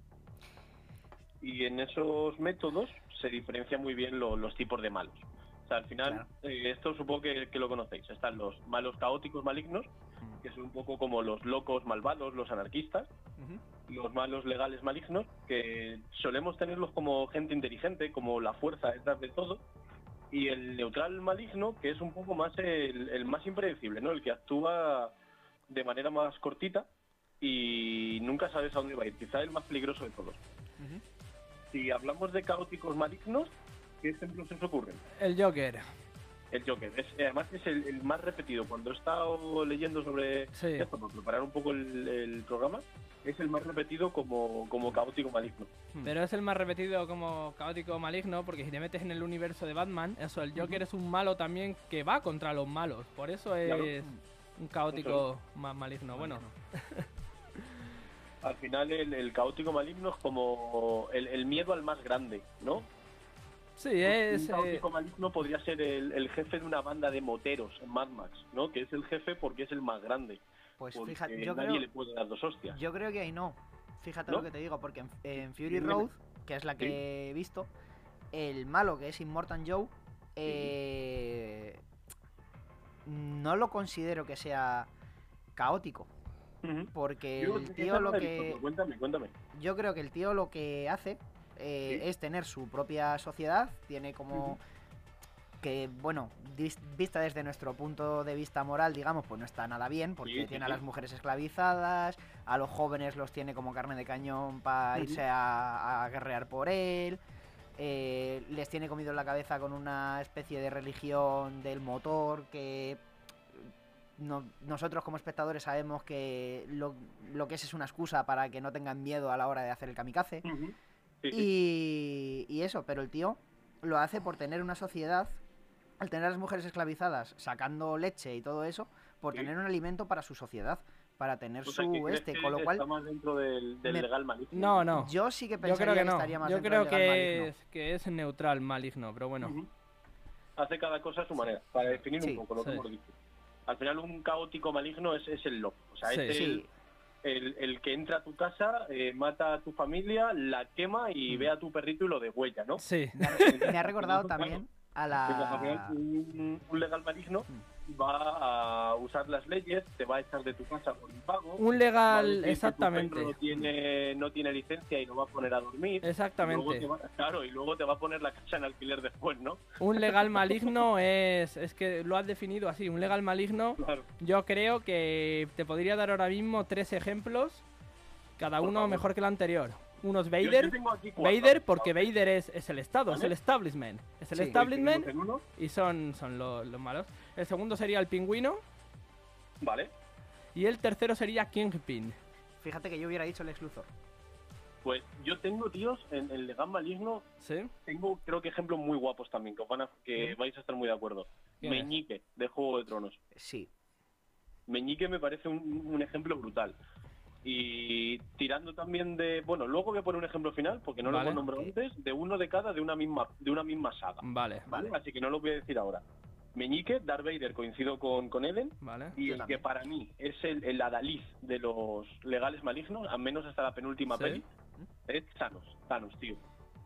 Y en esos métodos se diferencian muy bien lo- los tipos de malos. O sea, al final, Claro. eh, esto supongo que, que lo conocéis. Están los malos caóticos malignos, Mm. que son un poco como los locos malvados, los anarquistas, Ujú. los malos legales malignos, que solemos tenerlos como gente inteligente, como la fuerza detrás de todo, y el neutral maligno, que es un poco más el, el más impredecible, ¿no? El que actúa de manera más cortita y nunca sabes a dónde va a ir, quizá el más peligroso de todos. Ujú. Si hablamos de caóticos malignos, ¿qué ejemplos se os ocurren? El Joker. El Joker, es, además es el, el más repetido. Cuando he estado leyendo sobre Sí. esto, para preparar un poco el, el programa, es el más repetido como, como caótico maligno. Pero es el más repetido como caótico maligno, porque si te metes en el universo de Batman, eso, el Joker es un malo también que va contra los malos. Por eso es Claro. un caótico más maligno. Bueno, Al final el, el caótico maligno es como el, el miedo al más grande, ¿no? sí, es... Un eh, caótico maligno podría ser el, el jefe de una banda de moteros en Mad Max, ¿no? Que es el jefe porque es el más grande. Pues Porque fíjate, yo nadie creo, le puede dar dos hostias. yo creo que ahí no. Fíjate ¿No? lo que te digo, porque en, en Fury Dime. Road, que es la que he visto, el malo que es Immortan Joe, eh, no lo considero que sea caótico. Ujú. Porque Yo- el esa tío no lo la he visto, que... pero Cuéntame, cuéntame. Yo creo que el tío lo que hace eh, Sí. es tener su propia sociedad, tiene como... Ujú. Que, bueno, dis- vista desde nuestro punto de vista moral, digamos, pues no está nada bien, porque Sí, sí, tiene a sí. las mujeres esclavizadas, a los jóvenes los tiene como carne de cañón para Ujú. irse a, a guerrear por él, eh, les tiene comido en la cabeza con una especie de religión del motor que... no- nosotros como espectadores sabemos que lo, lo que es es una excusa para que no tengan miedo a la hora de hacer el kamikaze. Ujú. Sí, sí. Y, y eso, pero el tío lo hace por tener una sociedad, al tener a las mujeres esclavizadas sacando leche y todo eso, por Sí. tener un alimento para su sociedad, para tener O sea, que su crees este, que con lo cual está más dentro del, del me- legal maligno. no, no. yo sí que Yo pensaría creo que que, no. estaría más Yo dentro creo del legal que maligno. es, que es neutral maligno, pero bueno. Ujú. Hace cada cosa a su manera, para definir Sí, un poco lo que sí. hemos dicho. Al final un caótico maligno es, es el loco. O sea, Sí. es el, Sí, el, el que entra a tu casa, eh, mata a tu familia, la quema y Mm. ve a tu perrito y lo degüella, ¿no? Sí. me ha, me ha recordado también a Entonces, al final, la... un, un legal maligno va a usar las leyes, te va a echar de tu casa por un pago. Un va a legal, decir que tu exactamente. perro No tiene, no tiene licencia y lo va a poner a dormir. Luego Exactamente. te va- claro, y luego te va a poner la casa en alquiler después, ¿no? Un legal maligno es, es que lo has definido así. Un legal maligno, Claro. yo creo que te podría dar ahora mismo tres ejemplos, cada Por uno favor. mejor que el anterior. Uno es Yo- Vader, yo tengo aquí cuatro. Vader porque Vader es, es el Estado, es ¿Vale? el establishment. Es el Sí. establishment Seguimos en uno. y son, son lo- los malos. El segundo sería el pingüino Vale. y el tercero sería Kingpin. Fíjate que yo hubiera dicho el Lex Luthor. Pues yo tengo, tíos, en el legal maligno, ¿Sí? tengo creo que ejemplos muy guapos también, que, os van a, que vais a estar muy de acuerdo. ¿Quién es? Meñique, de Juego de Tronos. Sí, Meñique me parece un, un ejemplo brutal. Y tirando también de... Bueno, luego voy a poner un ejemplo final, porque no Vale. lo hemos nombrado antes, de uno de cada de una misma, de una misma saga. Vale, ¿Vale? Así que no lo voy a decir ahora. Meñique, Darth Vader, coincido con, con Eden. vale. Y Yo el también. que para mí es el, el adalid de los legales malignos, al menos hasta la penúltima Sí. peli, es Thanos. Thanos, tío.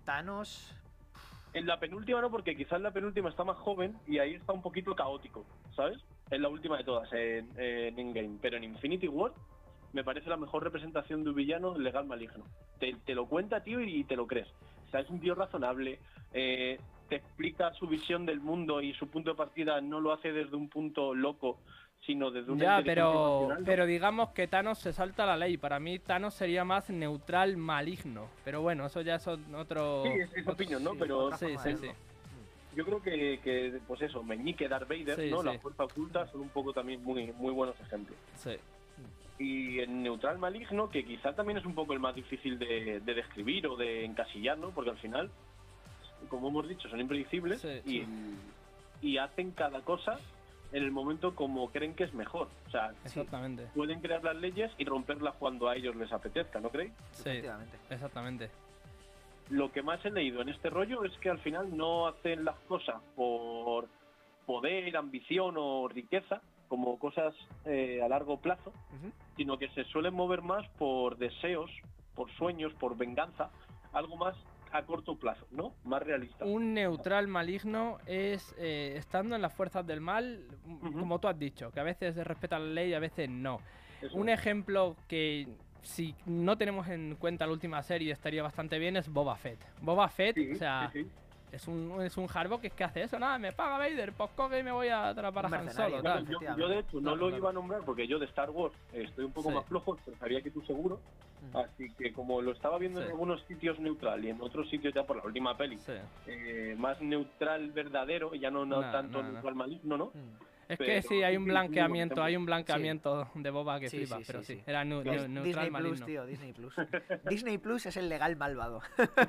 Thanos... En la penúltima no, porque quizás la penúltima está más joven y ahí está un poquito caótico, ¿sabes? Es la última de todas en, en Endgame. Pero en Infinity War me parece la mejor representación de un villano legal maligno. Te, te lo cuenta, tío, y te lo crees. O sea, es un tío razonable, eh, te explica su visión del mundo y su punto de partida no lo hace desde un punto loco, sino desde un... Ya, pero, pero digamos que Thanos se salta la ley. Para mí Thanos sería más neutral maligno. Pero bueno, eso ya es otro... Sí, es, es otro, opinión, ¿no? Sí, pero sí, sí, sí. Yo creo que, que, pues eso, Meñique, Darth Vader, Sí, ¿no? sí. La fuerza oculta son un poco también muy, muy buenos ejemplos. Sí. Y en neutral maligno, que quizá también es un poco el más difícil de, de describir o de encasillar, ¿no? Porque al final, como hemos dicho, son impredecibles Sí, y, sí. y hacen cada cosa en el momento como creen que es mejor. O sea, Exactamente. pueden crear las leyes y romperlas cuando a ellos les apetezca, ¿no creéis? Sí, Efectivamente. exactamente. Lo que más he leído en este rollo es que al final no hacen las cosas por poder, ambición o riqueza, como cosas eh, a largo plazo, Ujú. sino que se suelen mover más por deseos, por sueños, por venganza, algo más a corto plazo, ¿no? Más realista. Un neutral maligno es, eh, estando en las fuerzas del mal, Ujú. como tú has dicho, que a veces se respeta la ley y a veces no. Eso. Un ejemplo que, si no tenemos en cuenta la última serie, estaría bastante bien, es Boba Fett. Boba Fett, Sí, o sea, sí, sí. es un es un hardbox que es que hace eso, nada, me paga Vader, pues coge y me voy a atrapar a Un Han mercenario, Solo, claro. tal. Yo, efectivamente. yo, de hecho no Claro, lo claro. iba a nombrar porque yo de Star Wars eh, estoy un poco Sí. más flojo, pero sabía que tú seguro. Ujú. Así que como lo estaba viendo Sí. en algunos sitios neutral y en otros sitios ya por la última peli, Sí. eh, más neutral verdadero, ya no, no No, tanto no, no. neutral maligno, ¿no? Mm. Es Pero que sí, hay sí, un sí, blanqueamiento, sí, hay un blanqueamiento de Boba que Sí, flipa, sí, pero sí, sí, sí. era nu- Dis- nu- neutral Disney maligno. Plus, tío, Disney Plus. Disney Plus es el legal malvado.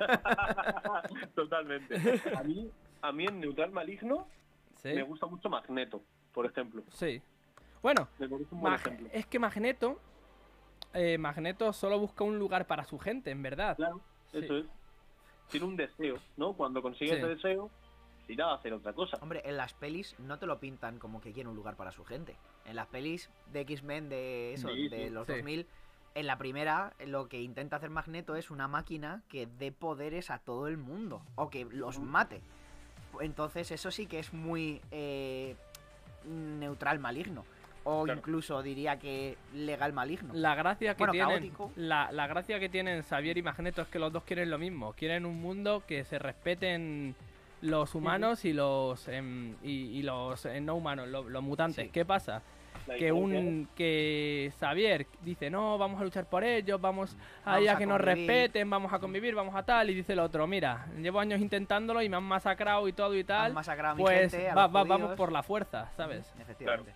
Totalmente. A mí, a mí en neutral maligno Sí, me gusta mucho Magneto, por ejemplo. sí. Bueno, Me parece un buen Mag- ejemplo. es que Magneto, eh, Magneto solo busca un lugar para su gente, en verdad. Claro, Sí. eso es. Tiene un deseo, ¿no? Cuando consigue Sí. ese deseo, se irá a hacer otra cosa. Hombre, en las pelis no te lo pintan como que quiere un lugar para su gente. En las pelis de X-Men de eso, Sí, de sí, los sí. dos mil, en la primera lo que intenta hacer Magneto es una máquina que dé poderes a todo el mundo o que los Ujú. mate. Entonces eso sí que es muy eh, neutral maligno. O Claro. incluso diría que legal maligno. La gracia que Bueno, tienen, caótico. la, la gracia que tienen Xavier y Magneto es que los dos quieren lo mismo. Quieren un mundo que se respeten los humanos y los em, y, y los eh, no humanos, lo- los mutantes. Sí. ¿Qué pasa? La Que diferencia un que Xavier dice, no, vamos a luchar por ellos, vamos a Vamos ir a a que nos convivir". respeten, vamos a convivir, vamos a tal, y dice el otro, mira, llevo años intentándolo y me han masacrado y todo y Han tal, masacrado a mi pues gente, a va- los va- vamos judíos. por la fuerza, ¿sabes? Efectivamente.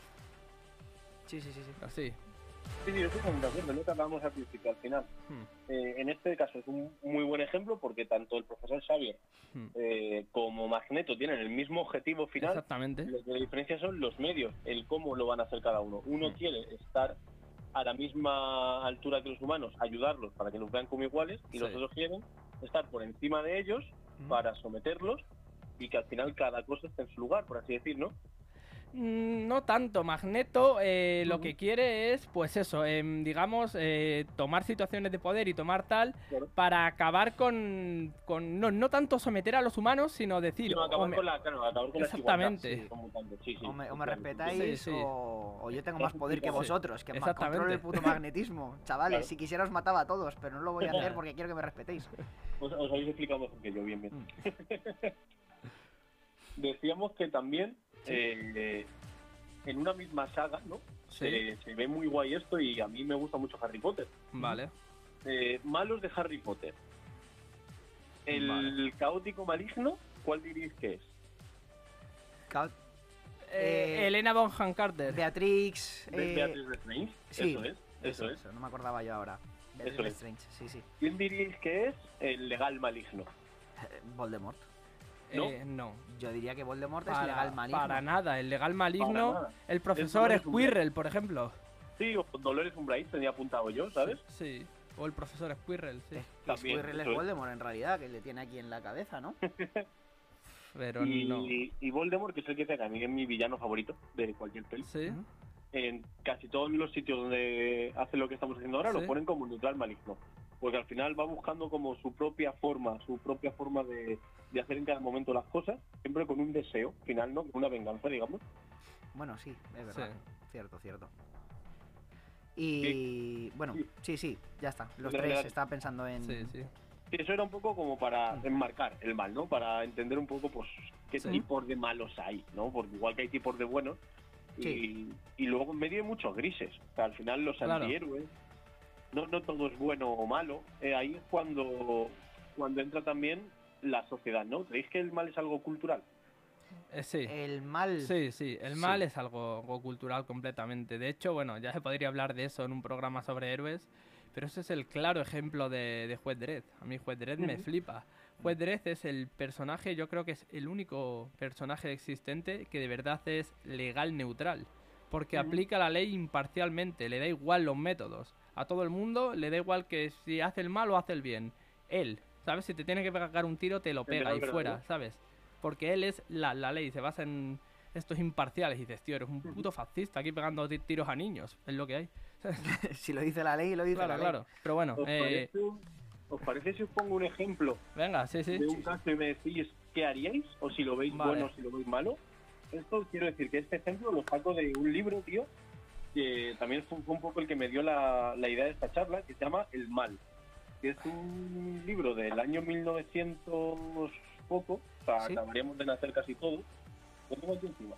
Sí, sí, sí, sí. Así. Sí, sí, yo estoy de acuerdo, lo que hablábamos al principio, al final. Hmm, Eh, en este caso es un muy buen ejemplo porque tanto el profesor Xavier hmm. eh, como Magneto tienen el mismo objetivo final. Exactamente. Lo que la diferencia son los medios, el cómo lo van a hacer cada uno. Uno Mm. quiere estar a la misma altura que los humanos, ayudarlos para que los vean como iguales, y los Sí. otros quieren estar por encima de ellos Mm. para someterlos y que al final cada cosa esté en su lugar, por así decir, ¿no? Mm, No tanto, Magneto eh, lo Ujú. que quiere es, pues eso, em, digamos, eh, tomar situaciones de poder y tomar tal Claro. para acabar con, con no, no tanto someter a los humanos, sino decir, Sino acabar o me- con la, claro, acabar con la Exactamente. desigualdad, sí, como tanto, sí, sí, O me, o me claro, respetáis Sí, sí. O, o yo tengo más poder que Sí. vosotros, que más Exactamente. controlo el puto magnetismo. Chavales, Claro. si quisiera os mataba a todos, pero no lo voy a hacer porque quiero que me respetéis. Os, os habéis explicado mejor que yo, bien, bien. Mm. Decíamos que también eh, en una misma saga, ¿no? Sí. Se, se ve muy guay esto y a mí me gusta mucho Harry Potter. Vale. Eh, malos de Harry Potter. El Vale. caótico maligno, ¿cuál diréis que es? Ca- Eh, Eh, Elena Bonham Carter. Beatrix. Be- eh, Beatriz Lestrange. sí, Eso es, eso, es. eso, no me acordaba yo ahora. Beatrix Eso es. Lestrange, sí, sí. ¿Quién diríais que es el legal maligno? Eh, Voldemort. ¿no? Eh, no. Yo diría que Voldemort es Para, legal maligno. para nada. El legal Para maligno, nada. el profesor Es Dolores Squirrel, por ejemplo. Sí, o Dolores Umbridge tenía apuntado yo, ¿sabes? Sí. O el profesor Squirrel, sí. Es que También, Squirrel es eso es. Voldemort en realidad, que le tiene aquí en la cabeza, ¿no? Pero y, no. y Voldemort, que es el que a mí es mi villano favorito de cualquier peli. Sí. Ujú. En casi todos los sitios donde hace lo que estamos haciendo ahora Sí. lo ponen como neutral maligno. porque al final va buscando como su propia forma, su propia forma de, de hacer en cada momento las cosas, siempre con un deseo final, ¿no? Con una venganza, digamos. Bueno, sí, es verdad. Sí. Cierto, cierto. Y Sí. bueno, Sí. sí, sí, ya está. Los Dale, tres dale. estaba pensando en... Sí, sí. Sí, eso era un poco como para enmarcar el mal, ¿no? Para entender un poco, pues, qué Sí. tipos de malos hay, ¿no? Porque igual que hay tipos de buenos, y, Sí. y luego en medio hay muchos grises. O sea, al final los Claro. antihéroes, no, no todo es bueno o malo. Eh, ahí es cuando, cuando entra también la sociedad, ¿no? ¿Creéis que el mal es algo cultural? Eh, sí. El mal... Sí, sí, el Sí. mal es algo, algo cultural completamente. De hecho, bueno, ya se podría hablar de eso en un programa sobre héroes, pero ese es el claro ejemplo de, de Juez Dredd. A mí Juez Dredd me Ujú. flipa. Juez Dredd es el personaje, yo creo que es el único personaje existente que de verdad es legal neutral, porque Ujú. aplica la ley imparcialmente, le da igual los métodos. A todo el mundo le da igual que si hace el mal o hace el bien. Él, ¿sabes? Si te tiene que pegar un tiro, te lo pega verdad, y verdad, fuera, ¿no? ¿sabes? Porque él es la, la ley, se basa en estos imparciales y dices, tío, eres un Ujú. puto fascista aquí pegando ti- tiros a niños, es lo que hay. Si lo dice la ley, lo dice Claro, la ley. claro. Pero bueno, ¿Os, eh, parece, ¿Os parece si os pongo un ejemplo venga, sí, sí. de un caso y me decís qué haríais? O si lo veis Vale. bueno o si lo veis malo. Esto quiero decir que este ejemplo lo saco de un libro, tío, que también fue, fue un poco el que me dio la, la idea de esta charla, que se llama El Mal, que es un libro del año mil novecientos poco, o sea, ¿Sí? acabaríamos de nacer casi todos. Lo tengo aquí encima.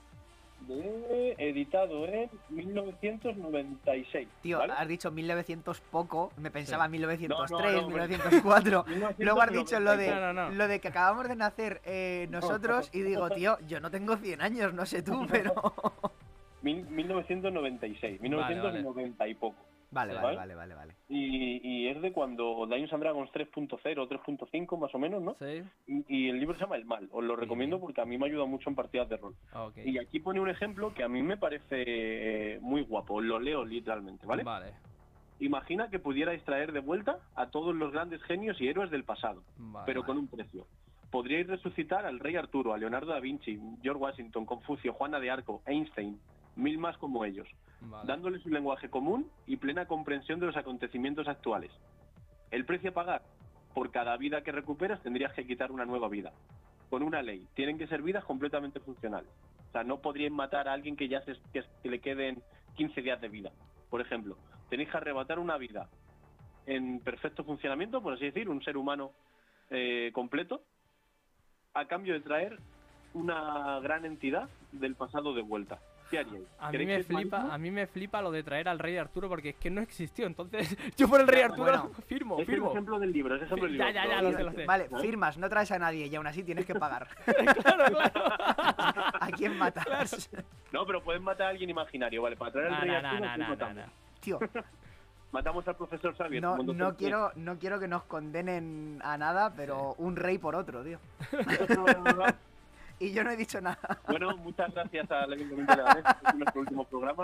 De, editado en mil novecientos noventa y seis. Tío, ¿vale? has dicho mil novecientos poco, me pensaba Sí. mil novecientos tres, No, no, no, mil novecientos cuatro. mil novecientos Luego has dicho lo de, No, no, no. lo de que acabamos de nacer eh, nosotros y digo, tío, yo no tengo cien años, no sé tú, pero... Mil- 1996, mil novecientos noventa y poco. Vale, Sí. vale, ¿Vale? vale, vale, vale. Y, y es de cuando Dungeons and Dragons tres punto cero, tres punto cinco más o menos, ¿no? Sí, Y, y el libro se llama El Mal. Os lo Bien, recomiendo bien. porque a mí me ayuda mucho en partidas de rol. ok. Y aquí pone un ejemplo que a mí me parece eh, muy guapo. Os lo leo literalmente, ¿vale? Vale, Imagina que pudierais traer de vuelta a todos los grandes genios y héroes del pasado, vale. pero con un precio. Podríais resucitar al rey Arturo, a Leonardo da Vinci, George Washington, Confucio, Juana de Arco, Einstein, mil más como ellos, Vale. dándoles un lenguaje común y plena comprensión de los acontecimientos actuales. El precio a pagar: por cada vida que recuperas tendrías que quitar una nueva vida. Con una ley, tienen que ser vidas completamente funcionales. O sea, no podrían matar a alguien que ya se, que, que le queden quince días de vida. Por ejemplo, tenéis que arrebatar una vida en perfecto funcionamiento, por así decir, un ser humano eh, completo, a cambio de traer una gran entidad del pasado de vuelta. ¿Qué haríais? A mí ¿Creéis me que es flipa, malísimo? a mí me flipa lo de traer al rey Arturo porque es que no existió, entonces yo por el rey Claro, Arturo bueno. firmo, Es el firmo. ejemplo del libro, es el ejemplo del Ya, libro. ya, ya, lo sé, lo sé. Vale, ¿Vale? firmas, no traes a nadie y aún así tienes que pagar. Claro, claro. ¿A quién matas? No, pero pueden matar a alguien imaginario, ¿vale? Para traer al No, rey no, Arturo, no, ¿quién no, no, matamos? no. Tío, Matamos al profesor Xavier. no, como en no Doctor quiero, no quiero que nos condenen a nada, pero un rey por otro, tío. Strange. Y yo no he dicho nada. Bueno, muchas gracias al Ayuntamiento de Leganés, este es nuestro último programa.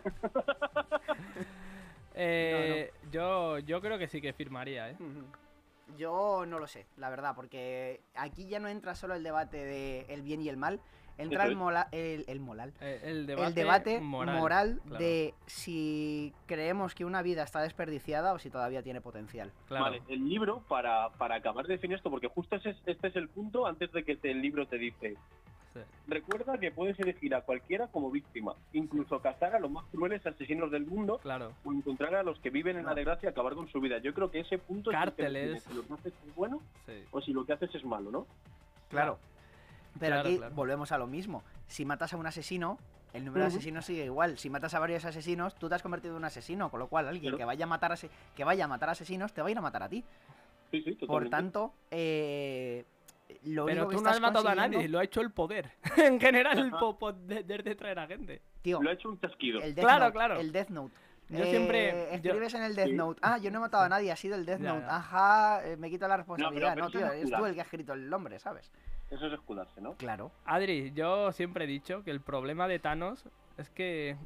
Eh, Yo, yo creo que sí que firmaría, ¿eh? Yo no lo sé, la verdad, porque aquí ya no entra solo el debate de el bien y el mal, entra Eso el, es. mola, el, el moral. Eh, El debate, El debate moral, moral, claro, de si creemos que una vida está desperdiciada o si todavía tiene potencial. claro. Vale, el libro, para, para acabar de definir esto, porque justo ese es- este es el punto antes de que te- el libro te dice: Sí. recuerda que puedes elegir a cualquiera como víctima, incluso cazar a los más crueles asesinos del mundo Claro. o encontrar a los que viven en la desgracia y acabar con su vida. Yo creo que ese punto es el que Cárteles. define si lo que haces es bueno Sí. o si lo que haces es malo, ¿no? Claro. Pero Claro, aquí claro. volvemos a lo mismo. Si matas a un asesino, el número de Ujú. asesinos sigue igual. Si matas a varios asesinos, tú te has convertido en un asesino, con lo cual alguien Claro. que vaya a matar ase- que vaya a matar asesinos te va a ir a matar a ti. Sí, sí, totalmente. Por tanto, eh, lo Pero único que tú no has estás matado a consiguiendo- nadie, lo ha hecho el poder. En general, el po- poder de traer a gente. Tío, Lo ha hecho un chasquido. el Death Claro, Note, claro. el Death Note. Yo Eh, siempre- yo- escribes en el Death Sí. Note, ah, yo no he matado a nadie, ha sido el Death Ya, Note, ya. ajá, eh, me quito la responsabilidad. pero No, eso tío, es eres tú jurar. el que ha escrito el nombre, ¿sabes? Eso es escudarse, ¿no? Claro. Adri, yo siempre he dicho que el problema de Thanos es que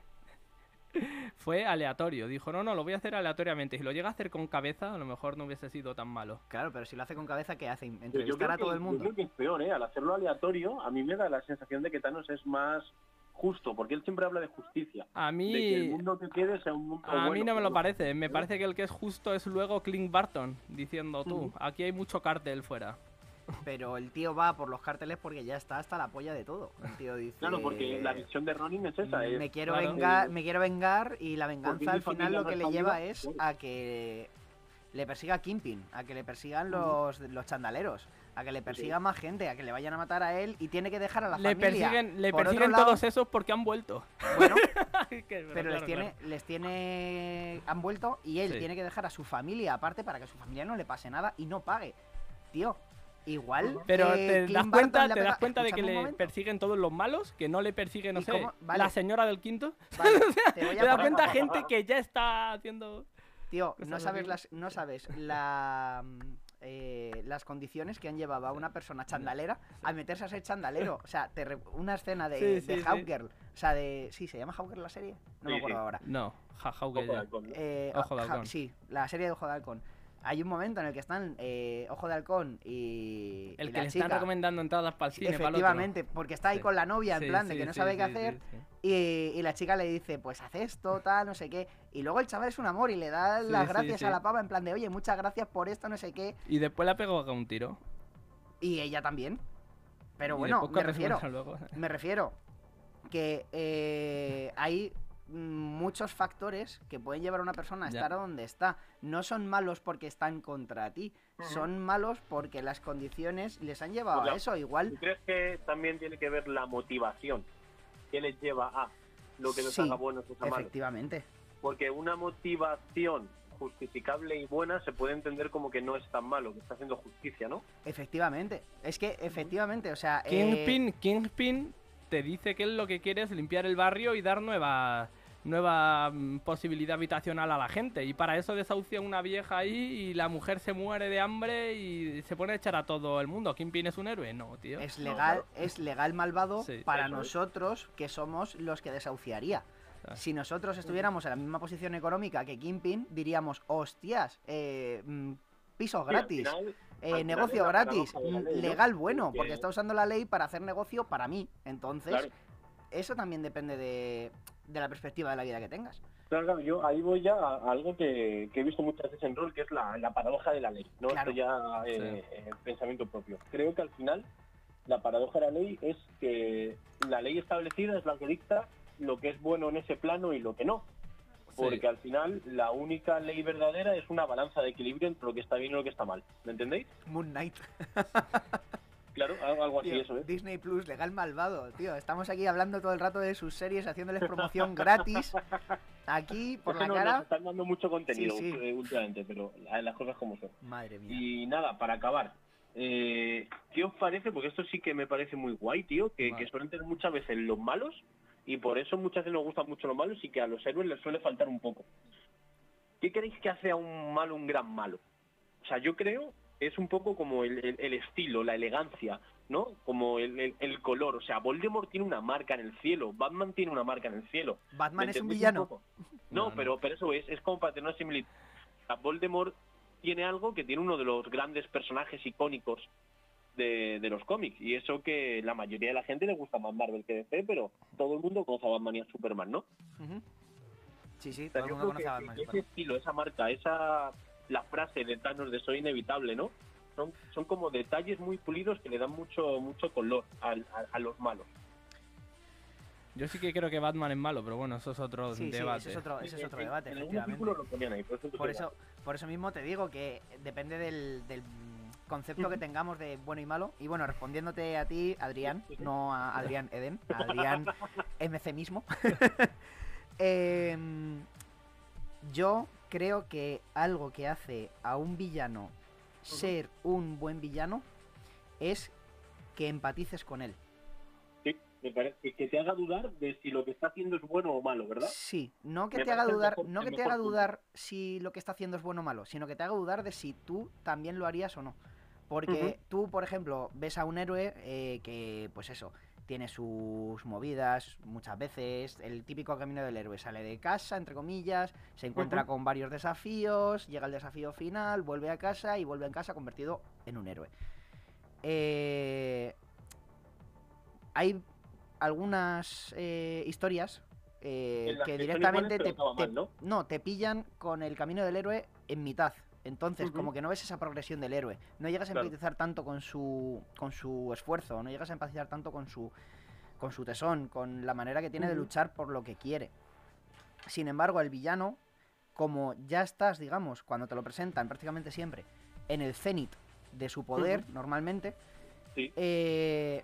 fue aleatorio. Dijo, no, no, lo voy a hacer aleatoriamente. Si lo llega a hacer con cabeza, a lo mejor no hubiese sido tan malo. Claro, pero si lo hace con cabeza, ¿qué hace? Yo- yo ¿Entrevistar creo a todo que- el mundo? Yo creo que es peor, ¿eh? Al hacerlo aleatorio, a mí me da la sensación de que Thanos es más justo, porque él siempre habla de justicia. A mí... De que el mundo que quede sea un mundo A bueno, mí no me lo pero- parece. Me parece que el que es justo es luego Clint Barton, diciendo tú, Ujú. aquí hay mucho cártel fuera. Pero el tío va por los cárteles porque ya está hasta la polla de todo. El tío dice... Claro, porque la visión de Ronin es esa. Me es- quiero, claro. vengar, me quiero vengar y la Porque venganza mi al final familia lo no que le está lleva viva, es claro. a que le persiga a Kingpin, a que le persigan los, los chandaleros, a que le persiga más gente, a que le vayan a matar a él y tiene que dejar a la Le familia. persiguen, le Por otro persiguen lado- todos esos porque han vuelto. Bueno, Que- pero claro, les tiene, claro. les tiene, han vuelto y él Sí. tiene que dejar a su familia aparte para que a su familia no le pase nada y no pague. Tío, igual. Pero eh, te Clint das Barton cuenta, le ha te das pegado- cuenta de que Escúchame un le momento. persiguen todos los malos, que no le persigue, no ¿Y sé, cómo? Vale. la señora del quinto. Vale, te voy a Te das poner- cuenta gente que ya está haciendo... Tío, Cosas no sabes horribles. las, no sabes la, mm, eh, las condiciones que han llevado a una persona chandalera a meterse a ser chandalero. O sea, te re- una escena de, Sí, sí, de sí. Hawkgirl. O sea, de. Sí, ¿se llama Hawkgirl la serie? No me Sí, acuerdo sí. ahora. No, jaja, Ojo de halcón, ¿no? Eh, Ojo de Ha- Halcón. Sí, la serie de Ojo de Halcón. Hay un momento en el que están eh, Ojo de Halcón y. El y que la le chica. están recomendando entradas para el cine, para el otro. Efectivamente, porque está ahí Sí. con la novia en Sí, plan de sí, que no sí, sabe sí, qué sí, hacer. sí. Y, y la chica le dice, pues haz esto, tal, no sé qué. Y luego el chaval es un amor y le da Sí, las sí, gracias sí. a la pava en plan de, oye, muchas gracias por esto, no sé qué. Y después le pegó un tiro. Y ella también. Pero Y bueno, después me corre refiero, su luego. me refiero que eh, hay mm, muchos factores que pueden llevar a una persona a Ya. estar donde está. No son malos porque están contra ti, Ujú. son malos porque las condiciones les han llevado Pues la- a eso. Igual, ¿Tú crees que también tiene que ver la motivación que les lleva a lo que les Sí, haga buenos o malos? efectivamente. Porque una motivación justificable y buena se puede entender como que no es tan malo, que está haciendo justicia, ¿no? Efectivamente. Es que, efectivamente, o sea... eh, Kingpin, Kingpin te dice que él lo que quiere es limpiar el barrio y dar nueva, nueva mm, posibilidad habitacional a la gente. Y para eso desahucia a una vieja ahí y la mujer se muere de hambre y se pone a echar a todo el mundo. ¿Kingpin es un héroe? No, tío. Es No, legal, claro. es legal malvado Sí. para Eso es. nosotros que somos los que desahuciaría. Claro. Si nosotros estuviéramos en la misma posición económica que Kingpin, diríamos, hostias, eh, mm, pisos Sí, al gratis, final- eh, al final negocio es la gratis, paradoja de la mm, ley, ¿no? legal bueno, Porque- porque está usando la ley para hacer negocio para mí. Entonces, Claro. eso también depende de, de la perspectiva de la vida que tengas. Claro, claro, yo ahí voy ya a a algo que, que he visto muchas veces en rol, que es la, la paradoja de la ley, ¿no? Claro. Esto ya eh, eh, pensamiento propio. Creo que al final la paradoja de la ley es que la ley establecida es la que dicta lo que es bueno en ese plano y lo que no. Porque Sí. al final la única ley verdadera es una balanza de equilibrio entre lo que está bien y lo que está mal. ¿Me entendéis? Moon Knight. Claro, algo, algo así Tío, eso, ¿eh? Disney Plus, legal malvado, tío. Estamos aquí hablando todo el rato de sus series, haciéndoles promoción gratis. Aquí, por Es que la no- nos cara. están dando mucho contenido Sí, sí. eh, últimamente, pero la- las cosas como son. Madre mía. Y nada, para acabar, eh, ¿qué os parece? Porque esto sí que me parece muy guay, tío, que, Vale. que suelen tener muchas veces los malos, y por eso muchas veces nos gustan mucho los malos y que a los héroes les suele faltar un poco. ¿Qué creéis que hace a un malo un gran malo? O sea, yo creo que es un poco como el, el- el estilo, la elegancia, ¿no? Como el, el- el color. O sea, Voldemort tiene una marca en el cielo, Batman tiene una marca en el cielo. Batman ¿Me es un entendéis villano. poco? No, No, no. pero, pero eso es, es como para tener una similitud. O sea, Voldemort tiene algo que tiene uno de los grandes personajes icónicos de, de los cómics, y eso que la mayoría de la gente le gusta más Marvel que D C, pero todo el mundo conoce a Batman y a Superman, ¿no? Ujú. Sí, sí, O sea, todo el yo mundo creo conoce a que Batman. ese estilo, esa marca, esa la frase de Thanos de soy inevitable, ¿no? Son, son como detalles muy pulidos que le dan mucho mucho color al- a, a los malos. Yo sí que creo que Batman es malo, pero bueno, eso es otro Sí, sí, debate. ese es otro, ese es otro En- debate, en algún efectivamente. artículo lo ponían ahí, por eso, te Por digo. eso, por eso mismo te digo que depende del, del mm, concepto que tengamos de bueno y malo. Y bueno, respondiéndote a ti, Adrián, no a Adrián Eden, a Adrián M C mismo. Em, yo creo que algo que hace a un villano ser un buen villano es que empatices con él. Sí, me parece que- que te haga dudar de si lo que está haciendo es bueno o malo, ¿verdad? Sí, no que Me te haga parece el dudar, mejor- no el que te mejor haga punto. dudar si lo que está haciendo es bueno o malo, sino que te haga dudar de si tú también lo harías o no. Porque tú, por ejemplo, ves a un héroe eh, que, pues eso, tiene sus movidas muchas veces. El típico camino del héroe sale de casa, entre comillas, se encuentra Ujú. con varios desafíos, llega al desafío final, vuelve a casa y vuelve en casa convertido en un héroe. Eh, hay algunas eh, historias eh, En las que que son directamente iguales, te, pero acaban te- mal, ¿no? no, te pillan con el camino del héroe en mitad. Entonces, Ujú. como que no ves esa progresión del héroe. No llegas a Claro. empatizar tanto con su, con su esfuerzo, no llegas a empatizar tanto con su, con su tesón, con la manera que tiene de Ujú. luchar por lo que quiere. Sin embargo, el villano, como ya estás, digamos, cuando te lo presentan prácticamente siempre, en el cenit de su poder, Ujú. normalmente, Sí. eh,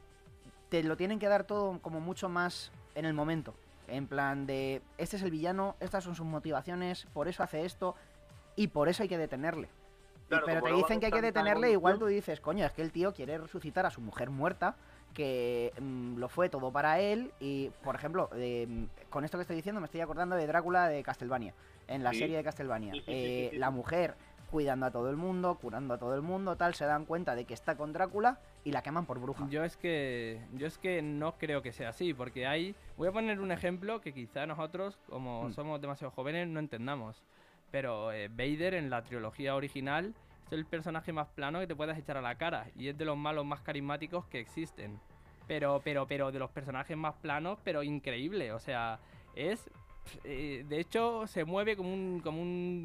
te lo tienen que dar todo como mucho más en el momento. En plan de, este es el villano, estas son sus motivaciones, por eso hace esto y por eso hay que detenerle. Y- Claro, pero como te no va dicen que hay que con tanta detenerle, igual tú evolución. dices, coño, es que el tío quiere resucitar a su mujer muerta, que mm, lo fue todo para él. Y, por ejemplo, eh, con esto que estoy diciendo me estoy acordando de Drácula de Castlevania, en la Sí. serie de Castlevania. Sí, sí, sí, Eh, sí, sí, la sí. mujer cuidando a todo el mundo, curando a todo el mundo, tal, se dan cuenta de que está con Drácula y la queman por bruja. Yo es que yo es que no creo que sea así, porque hay... Voy a poner un ejemplo que quizá nosotros, como Mm. somos demasiado jóvenes, no entendamos. Pero eh, Vader en la trilogía original es el personaje más plano que te puedas echar a la cara y es de los malos más carismáticos que existen. Pero, pero, pero de los personajes más planos, pero increíble. O sea, es... eh, de hecho, se mueve como un, como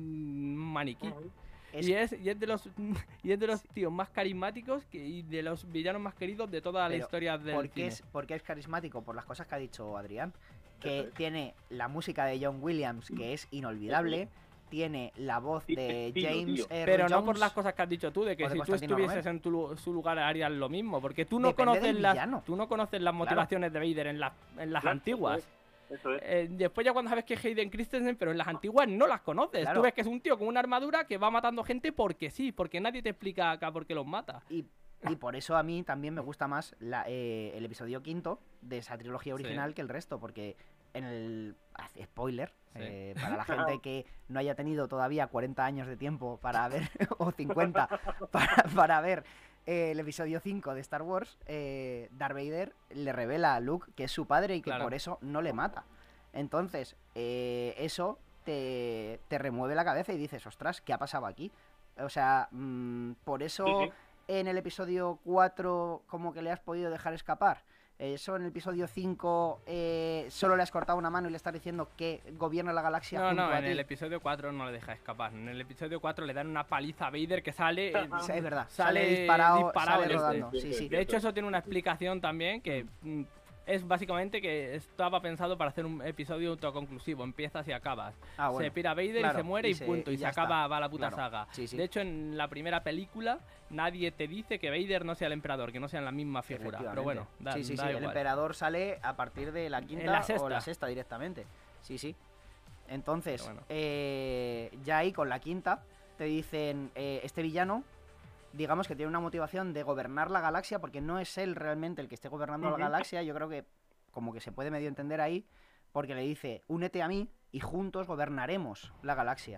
un maniquí. Ujú. Es- Y es, y es de los y es de los tíos más carismáticos que, y de los villanos más queridos de toda la Pero, historia del porque cine. es, porque es carismático, por las cosas que ha dicho Adrián, Eso que es. tiene la música de John Williams, que es inolvidable, tiene la voz Tiene de estilo, James tío. R. Pero no Jones. por las cosas que has dicho tú, de que o de si tú Constantino estuvieses Romero. en tu, lu- su lugar harías lo mismo, porque tú no Depende conoces del las villano. tú no conoces las motivaciones de Vader en las en las Claro, antiguas. Eso es. Eso es. Eh, después ya cuando sabes que es Hayden Christensen, pero en las antiguas no las conoces. Claro. Tú ves que es un tío con una armadura que va matando gente porque sí, porque nadie te explica acá por qué los mata. Y, y por eso a mí también me gusta más la, eh, el episodio quinto de esa trilogía original Sí. que el resto, porque en el... ah, spoiler, Sí. eh, para la gente que no haya tenido todavía cuarenta años de tiempo para ver, o cincuenta, para, para ver eh, el episodio cinco de Star Wars, eh, Darth Vader le revela a Luke que es su padre y que Claro. por eso no le mata. Entonces, eh, eso te, te remueve la cabeza y dices, ostras, ¿qué ha pasado aquí? O sea, mm, por eso Sí, sí. en el episodio cuatro como que le has podido dejar escapar. Eso en el episodio cinco eh, solo le has cortado una mano y le estás diciendo que gobierna la galaxia No, junto no, a en ti. el episodio cuatro no le deja escapar. En el episodio cuatro le dan una paliza a Vader que sale... eh, Sí, es verdad, sale sale disparado, disparado sale desde- rodando. Sí, Sí, sí, sí. sí. De hecho, eso tiene una explicación también que mm, es básicamente que estaba pensado para hacer un episodio autoconclusivo. Empiezas y acabas. Ah, bueno. Se pira Vader claro, y se muere y y, se- punto. Y, y se ya acaba, está. va la puta Claro, saga. sí, sí. De hecho, en la primera película nadie te dice que Vader no sea el emperador, que no sean la misma figura. Pero bueno, Efectivamente. da, sí, sí, da sí. El igual. emperador sale a partir de la quinta la o sexta. la sexta directamente. Sí, sí. Entonces, Pero bueno. eh, ya ahí con la quinta te dicen, eh, este villano, digamos que tiene una motivación de gobernar la galaxia, porque no es él realmente el que esté gobernando Ujú. la galaxia. Yo creo que como que se puede medio entender ahí, porque le dice, únete a mí y juntos gobernaremos la galaxia.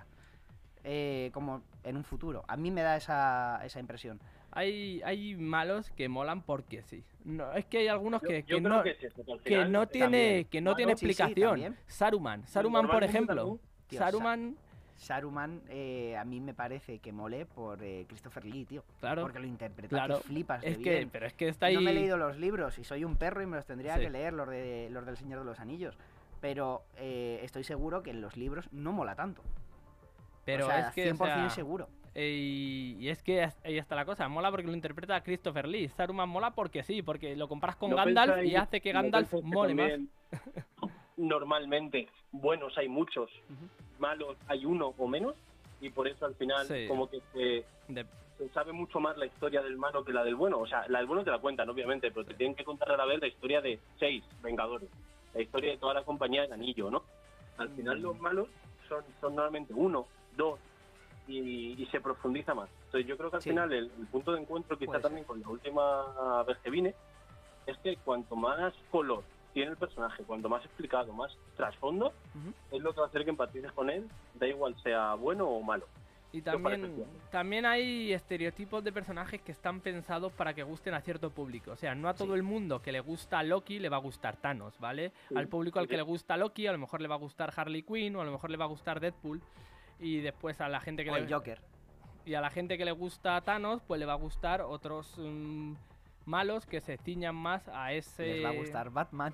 Eh, como en un futuro. A mí me da esa, esa impresión. Hay, hay malos que molan porque sí. No, es que hay algunos Yo- que, yo que creo no, que es eso, que al que final no también, tiene, que no malo, tiene sí, sí, explicación. también. Saruman, Saruman por Normalmente ejemplo. también. Tío, Saruman, Saruman, eh, a mí me parece que mole por eh, Christopher Lee, tío. claro. Porque lo interpreta Claro, que flipas de Es que, bien. pero es que está ahí. No me he leído los libros y soy un perro y me los tendría Sí. que leer, los, de, los del Señor de los Anillos. Pero eh, estoy seguro que en los libros no mola tanto. Pero o sea, es que, cien por ciento o sea, seguro. eh, y, y es que es- ahí está la cosa. Mola porque lo interpreta Christopher Lee. Saruman mola porque sí, porque lo comparas con ¿No Gandalf pensáis- y hace que no Gandalf pensáis que mole más. también Normalmente, buenos hay muchos, Ujú. malos hay uno o menos, y por eso al final Sí. como que se, De- se sabe mucho más la historia del malo que la del bueno. O sea, la del bueno te la cuentan, obviamente, pero te tienen que contar a la vez la historia de seis Vengadores, la historia de toda la compañía del anillo, ¿no? Al final los malos son, son normalmente uno, dos, y, y se profundiza más. Entonces yo creo que al Sí. final el, el punto de encuentro quizá Puede también con la última vez que vine es que cuanto más color tiene el personaje, cuanto más explicado, más trasfondo, Ujú. es lo que va a hacer que empatices con él, da igual sea bueno o malo. Y parece también, bien. también hay estereotipos de personajes que están pensados para que gusten a cierto público. O sea, no a todo Sí. el mundo que le gusta Loki le va a gustar Thanos, ¿vale? Sí, Al público al sí, que sí. le gusta Loki, a lo mejor le va a gustar Harley Quinn o a lo mejor le va a gustar Deadpool. Y después a la gente que O le el Joker. y a la gente que le gusta Thanos, pues le va a gustar otros mm, malos que se ciñan más a ese... Les va a gustar Batman.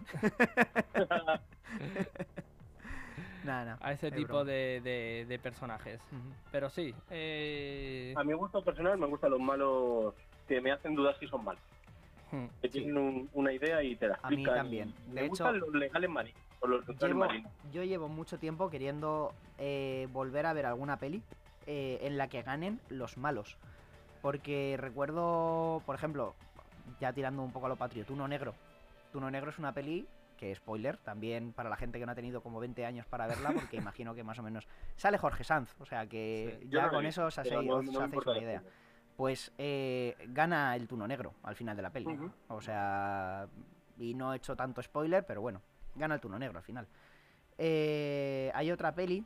Nah, nah, a ese es tipo broma. de, de, de personajes. Ujú. Pero sí, eh... A mi gusto personal me gustan los malos que me hacen dudar si son malos. hmm, Que Sí. tienen un- una idea y te la A mí explican. también. Y De me gustan hecho, los legales marinos o los neutrales Llevo- marinos. yo llevo mucho tiempo queriendo eh, volver a ver alguna peli eh, en la que ganen los malos. Porque recuerdo, por ejemplo, ya tirando un poco a lo patrio, Tuno Negro. Tuno Negro es una peli que, spoiler, también para la gente que no ha tenido como veinte años para verla, porque imagino que más o menos... Sale Jorge Sanz, o sea que Sí. Yo ya no la con vi, eso os pero hacéis, no- os no me hacéis importa una el idea. spoiler. Pues eh, gana el Tuno Negro al final de la peli. Ujú. O sea, y no he hecho tanto spoiler, pero bueno, gana el Tuno Negro al final. Eh, hay otra peli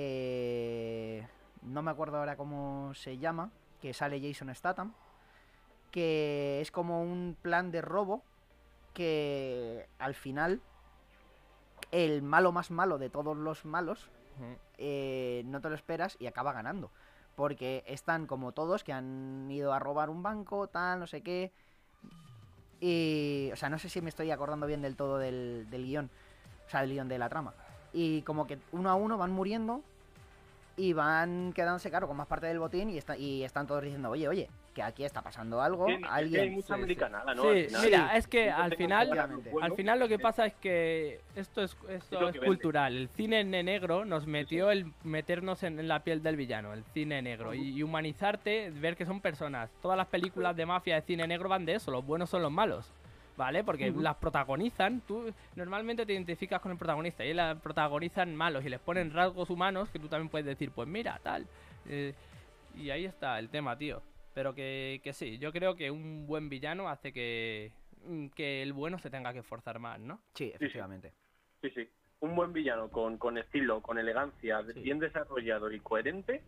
que no me acuerdo ahora cómo se llama, que sale Jason Statham, que es como un plan de robo que al final el malo más malo de todos los malos hmm. eh, no te lo esperas y acaba ganando. Porque están como todos que han ido a robar un banco, tal, no sé qué. Y, o sea, no sé si me estoy acordando bien del todo del, del guión. O sea, del guión de la trama. Y como que uno a uno van muriendo y van quedándose, claro, con más parte del botín y, está, y están todos diciendo, oye, oye, que aquí está pasando algo. Sí, es que Alguien... hay mucha sí, americanada, ¿no? Sí, Al final. mira, es que Siempre al tengo final, que ganar un pueblo. al final lo que pasa es que esto es, esto Es lo que es vende. cultural. El cine ne- negro nos metió el meternos en, en la piel del villano, el cine negro, y, y humanizarte, ver que son personas. Todas las películas de mafia de cine negro van de eso, los buenos son los malos. ¿Vale? Porque Ujú. las protagonizan, tú normalmente te identificas con el protagonista y las protagonizan malos y les ponen rasgos humanos que tú también puedes decir, pues mira, tal. Eh, y ahí está el tema, tío. Pero que, que sí, yo creo que un buen villano hace que, mm, que el bueno se tenga que esforzar más, ¿no? Sí, efectivamente. Sí, sí. Un buen villano con, con estilo, con elegancia, Sí. bien desarrollado y coherente,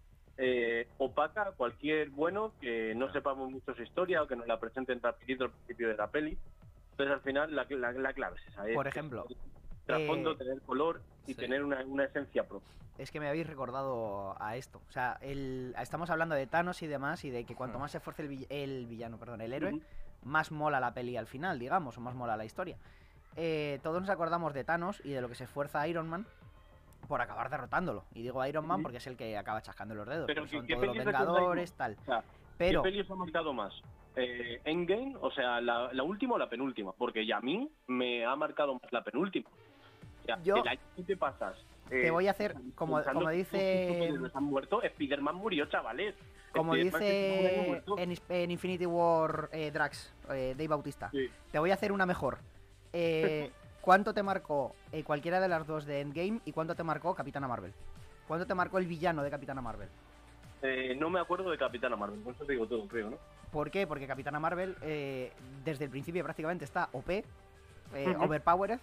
eh, opaca a cualquier bueno que no sepamos mucho su historia o que nos la presenten rapidito al principio de la peli. Entonces al final la, la, la clave es esa. Es Por ejemplo, trasfondo, eh, tener color y sí. tener una, una esencia propia. Es que me habéis recordado a esto. O sea, el, estamos hablando de Thanos y demás, y de que cuanto Ah. más se esfuerce el, vill- el villano, perdón, el héroe, Ujú. más mola la peli al final, digamos, o más mola la historia. Eh, todos nos acordamos de Thanos y de lo que se esfuerza Iron Man por acabar derrotándolo. Y digo Iron Man Ujú. porque es el que acaba chascando los dedos. Pero Porque ¿qué- son qué todos los pelis recordáis Vengadores, tal. O sea, Pero, ¿qué peli os ha marcado más? Eh, ¿Endgame? O sea, la, la última o la penúltima? Porque ya a mí me ha marcado más la penúltima. O sea, Yo- el año que te pasas... te eh, voy a hacer, como, pensando como que dice... todos tus superhéroes han muerto, Spider-Man murió, chavales. Como Spider-Man que estuvo un año dice muerto. en, Is- en Infinity War eh, Drax, eh, Dave Bautista, Sí. te voy a hacer una mejor. Eh, ¿Cuánto te marcó eh, cualquiera de las dos de Endgame y cuánto te marcó Capitana Marvel? ¿Cuánto te marcó el villano de Capitana Marvel? Eh, no me acuerdo de Capitana Marvel, por eso te digo todo, creo, ¿no? ¿Por qué? Porque Capitana Marvel eh, desde el principio prácticamente está O P, eh, Ujú. overpowered,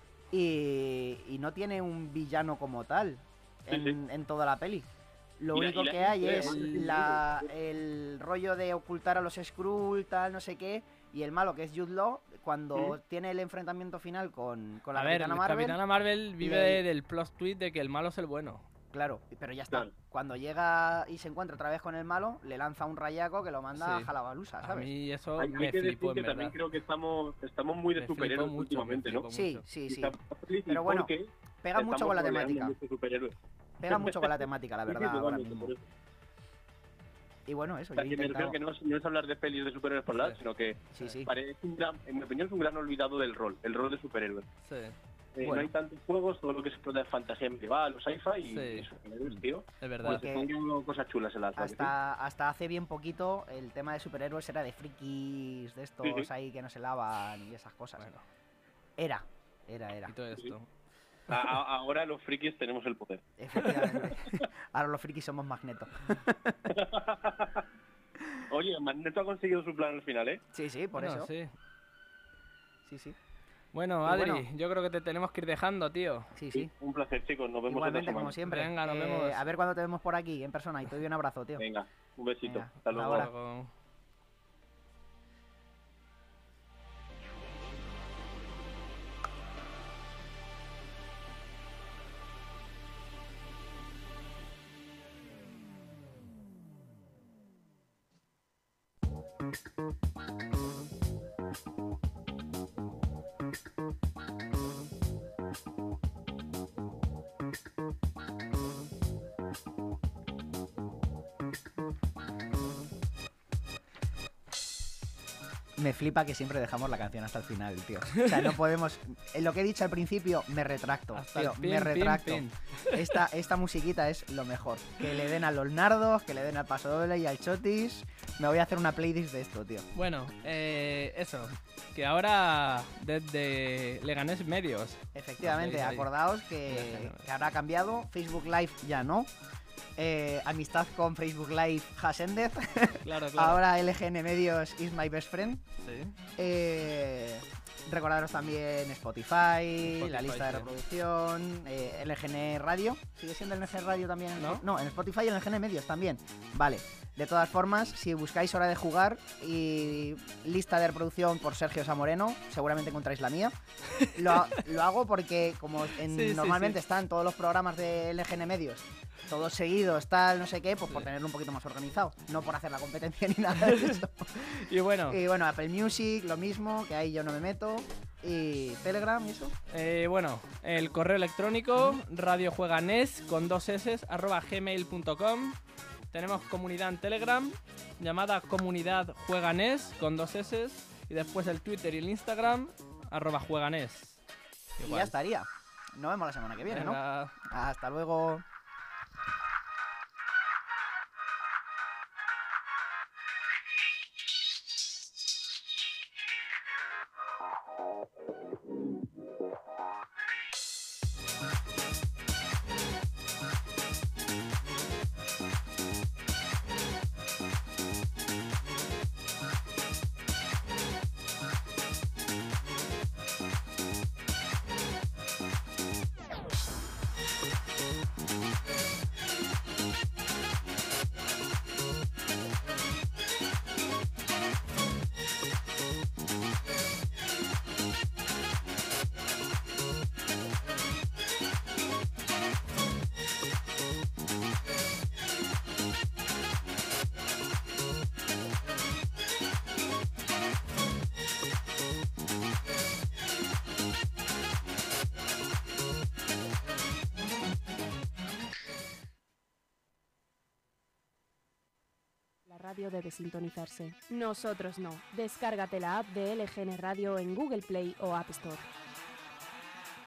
y, y no tiene un villano como tal Sí, en, en toda la peli. Lo Y la- único y la que gente hay es además es la, muy- el rollo de ocultar a los Skrull, tal, no sé qué, y el malo que es Jude Law, cuando Ujú. tiene el enfrentamiento final con, con la A ver, Capitana Marvel, Capitana Marvel vive le- de- del plot twist de que el malo es el bueno. claro, pero ya está. Claro. Cuando llega y se encuentra otra vez con el malo, le lanza un rayaco que lo manda Sí. a Jalabalusa, A ¿sabes? mí eso Hay, hay me que flipó decir en que verdad. también creo que estamos, estamos muy de Me flipó superhéroes mucho, últimamente, me ¿no? flipó Sí, mucho. sí, Y sí. estamos felices Pero bueno, porque Pega mucho estamos con la rodeando temática. muchos superhéroes. Pega mucho con la temática, la Sí, sí, verdad, ahora totalmente, mismo. por eso. Y bueno, eso, O sea, yo he que me refiero intentado... que no es, no es hablar de pelis de superhéroes por hablar, Sí. sino que Sí, sí. parece un gran, en mi opinión es un gran olvidado del rol, el rol de superhéroe. Sí, Eh, Bueno. No hay tantos juegos, todo lo que se explota es fantasía medieval o sci-fi y, Sí. y superhéroes, tío. es verdad. Pues Porque- están quedando cosas chulas en las Hasta, hasta hace bien poquito el tema de superhéroes era de frikis, de estos Sí, sí. ahí que no se lavan y esas cosas. Bueno, Era, era, era. y todo esto. A- a- ahora los frikis tenemos el poder. Efectivamente. Ahora los frikis somos Magneto. Oye, Magneto ha conseguido su plan al final, ¿eh? Sí, sí, por Bueno, eso. sí. Sí, sí. Bueno, Y Adri, bueno. yo creo que te tenemos que ir dejando, tío. Sí, sí. Un placer, chicos. Nos vemos Igualmente, otra semana. como siempre. Venga, nos Eh, vemos. A ver cuándo te vemos por aquí, en persona. Y te doy un abrazo, tío. Venga, un besito. Venga, Hasta hasta luego. ahora. Luego. Me flipa que siempre dejamos la canción hasta el final, tío. O sea, no podemos... En lo que he dicho al principio, me retracto, Hasta tío, el pin, me retracto. pin, Esta, esta musiquita es lo mejor. Que le den a los nardos, que le den al paso doble y al chotis. Me voy a hacer una playlist de esto, tío. Bueno, eh, eso. Que ahora desde Leganés Medios. Efectivamente, Ahí, ahí. acordaos que, que habrá cambiado. Facebook Live ya no. Eh, amistad con Facebook Live has ended. Claro, claro. Ahora L G N Medios is my best friend. Sí. Eh, recordaros también Spotify, Spotify, la lista de sí. reproducción, eh, L G N Radio. ¿Sigue siendo el L G N Radio también? ¿No? No, en Spotify y en L G N Medios también. Vale. De todas formas, si buscáis Hora de Jugar y lista de reproducción por Sergio Samoreno, seguramente encontráis la mía. Lo, lo hago porque como en- Sí, sí, normalmente sí. están todos los programas de L G N Medios, todos seguidos, tal, no sé qué, pues por Sí. tenerlo un poquito más organizado, no por hacer la competencia ni nada de eso. Y bueno, Y bueno, Apple Music, lo mismo, que ahí yo no me meto. Y Telegram y eso. eh, bueno, el correo electrónico radiojueganes con dos s arroba gmail punto com. Tenemos comunidad en Telegram llamada Comunidad Jueganés con dos s. Y después el Twitter y el Instagram arroba jueganés. Y Igual. ya estaría. Nos vemos la semana que viene, ¿no? Venga. Hasta luego. La radio debe sintonizarse. Nosotros no. Descárgate la app de L G N Radio en Google Play o App Store.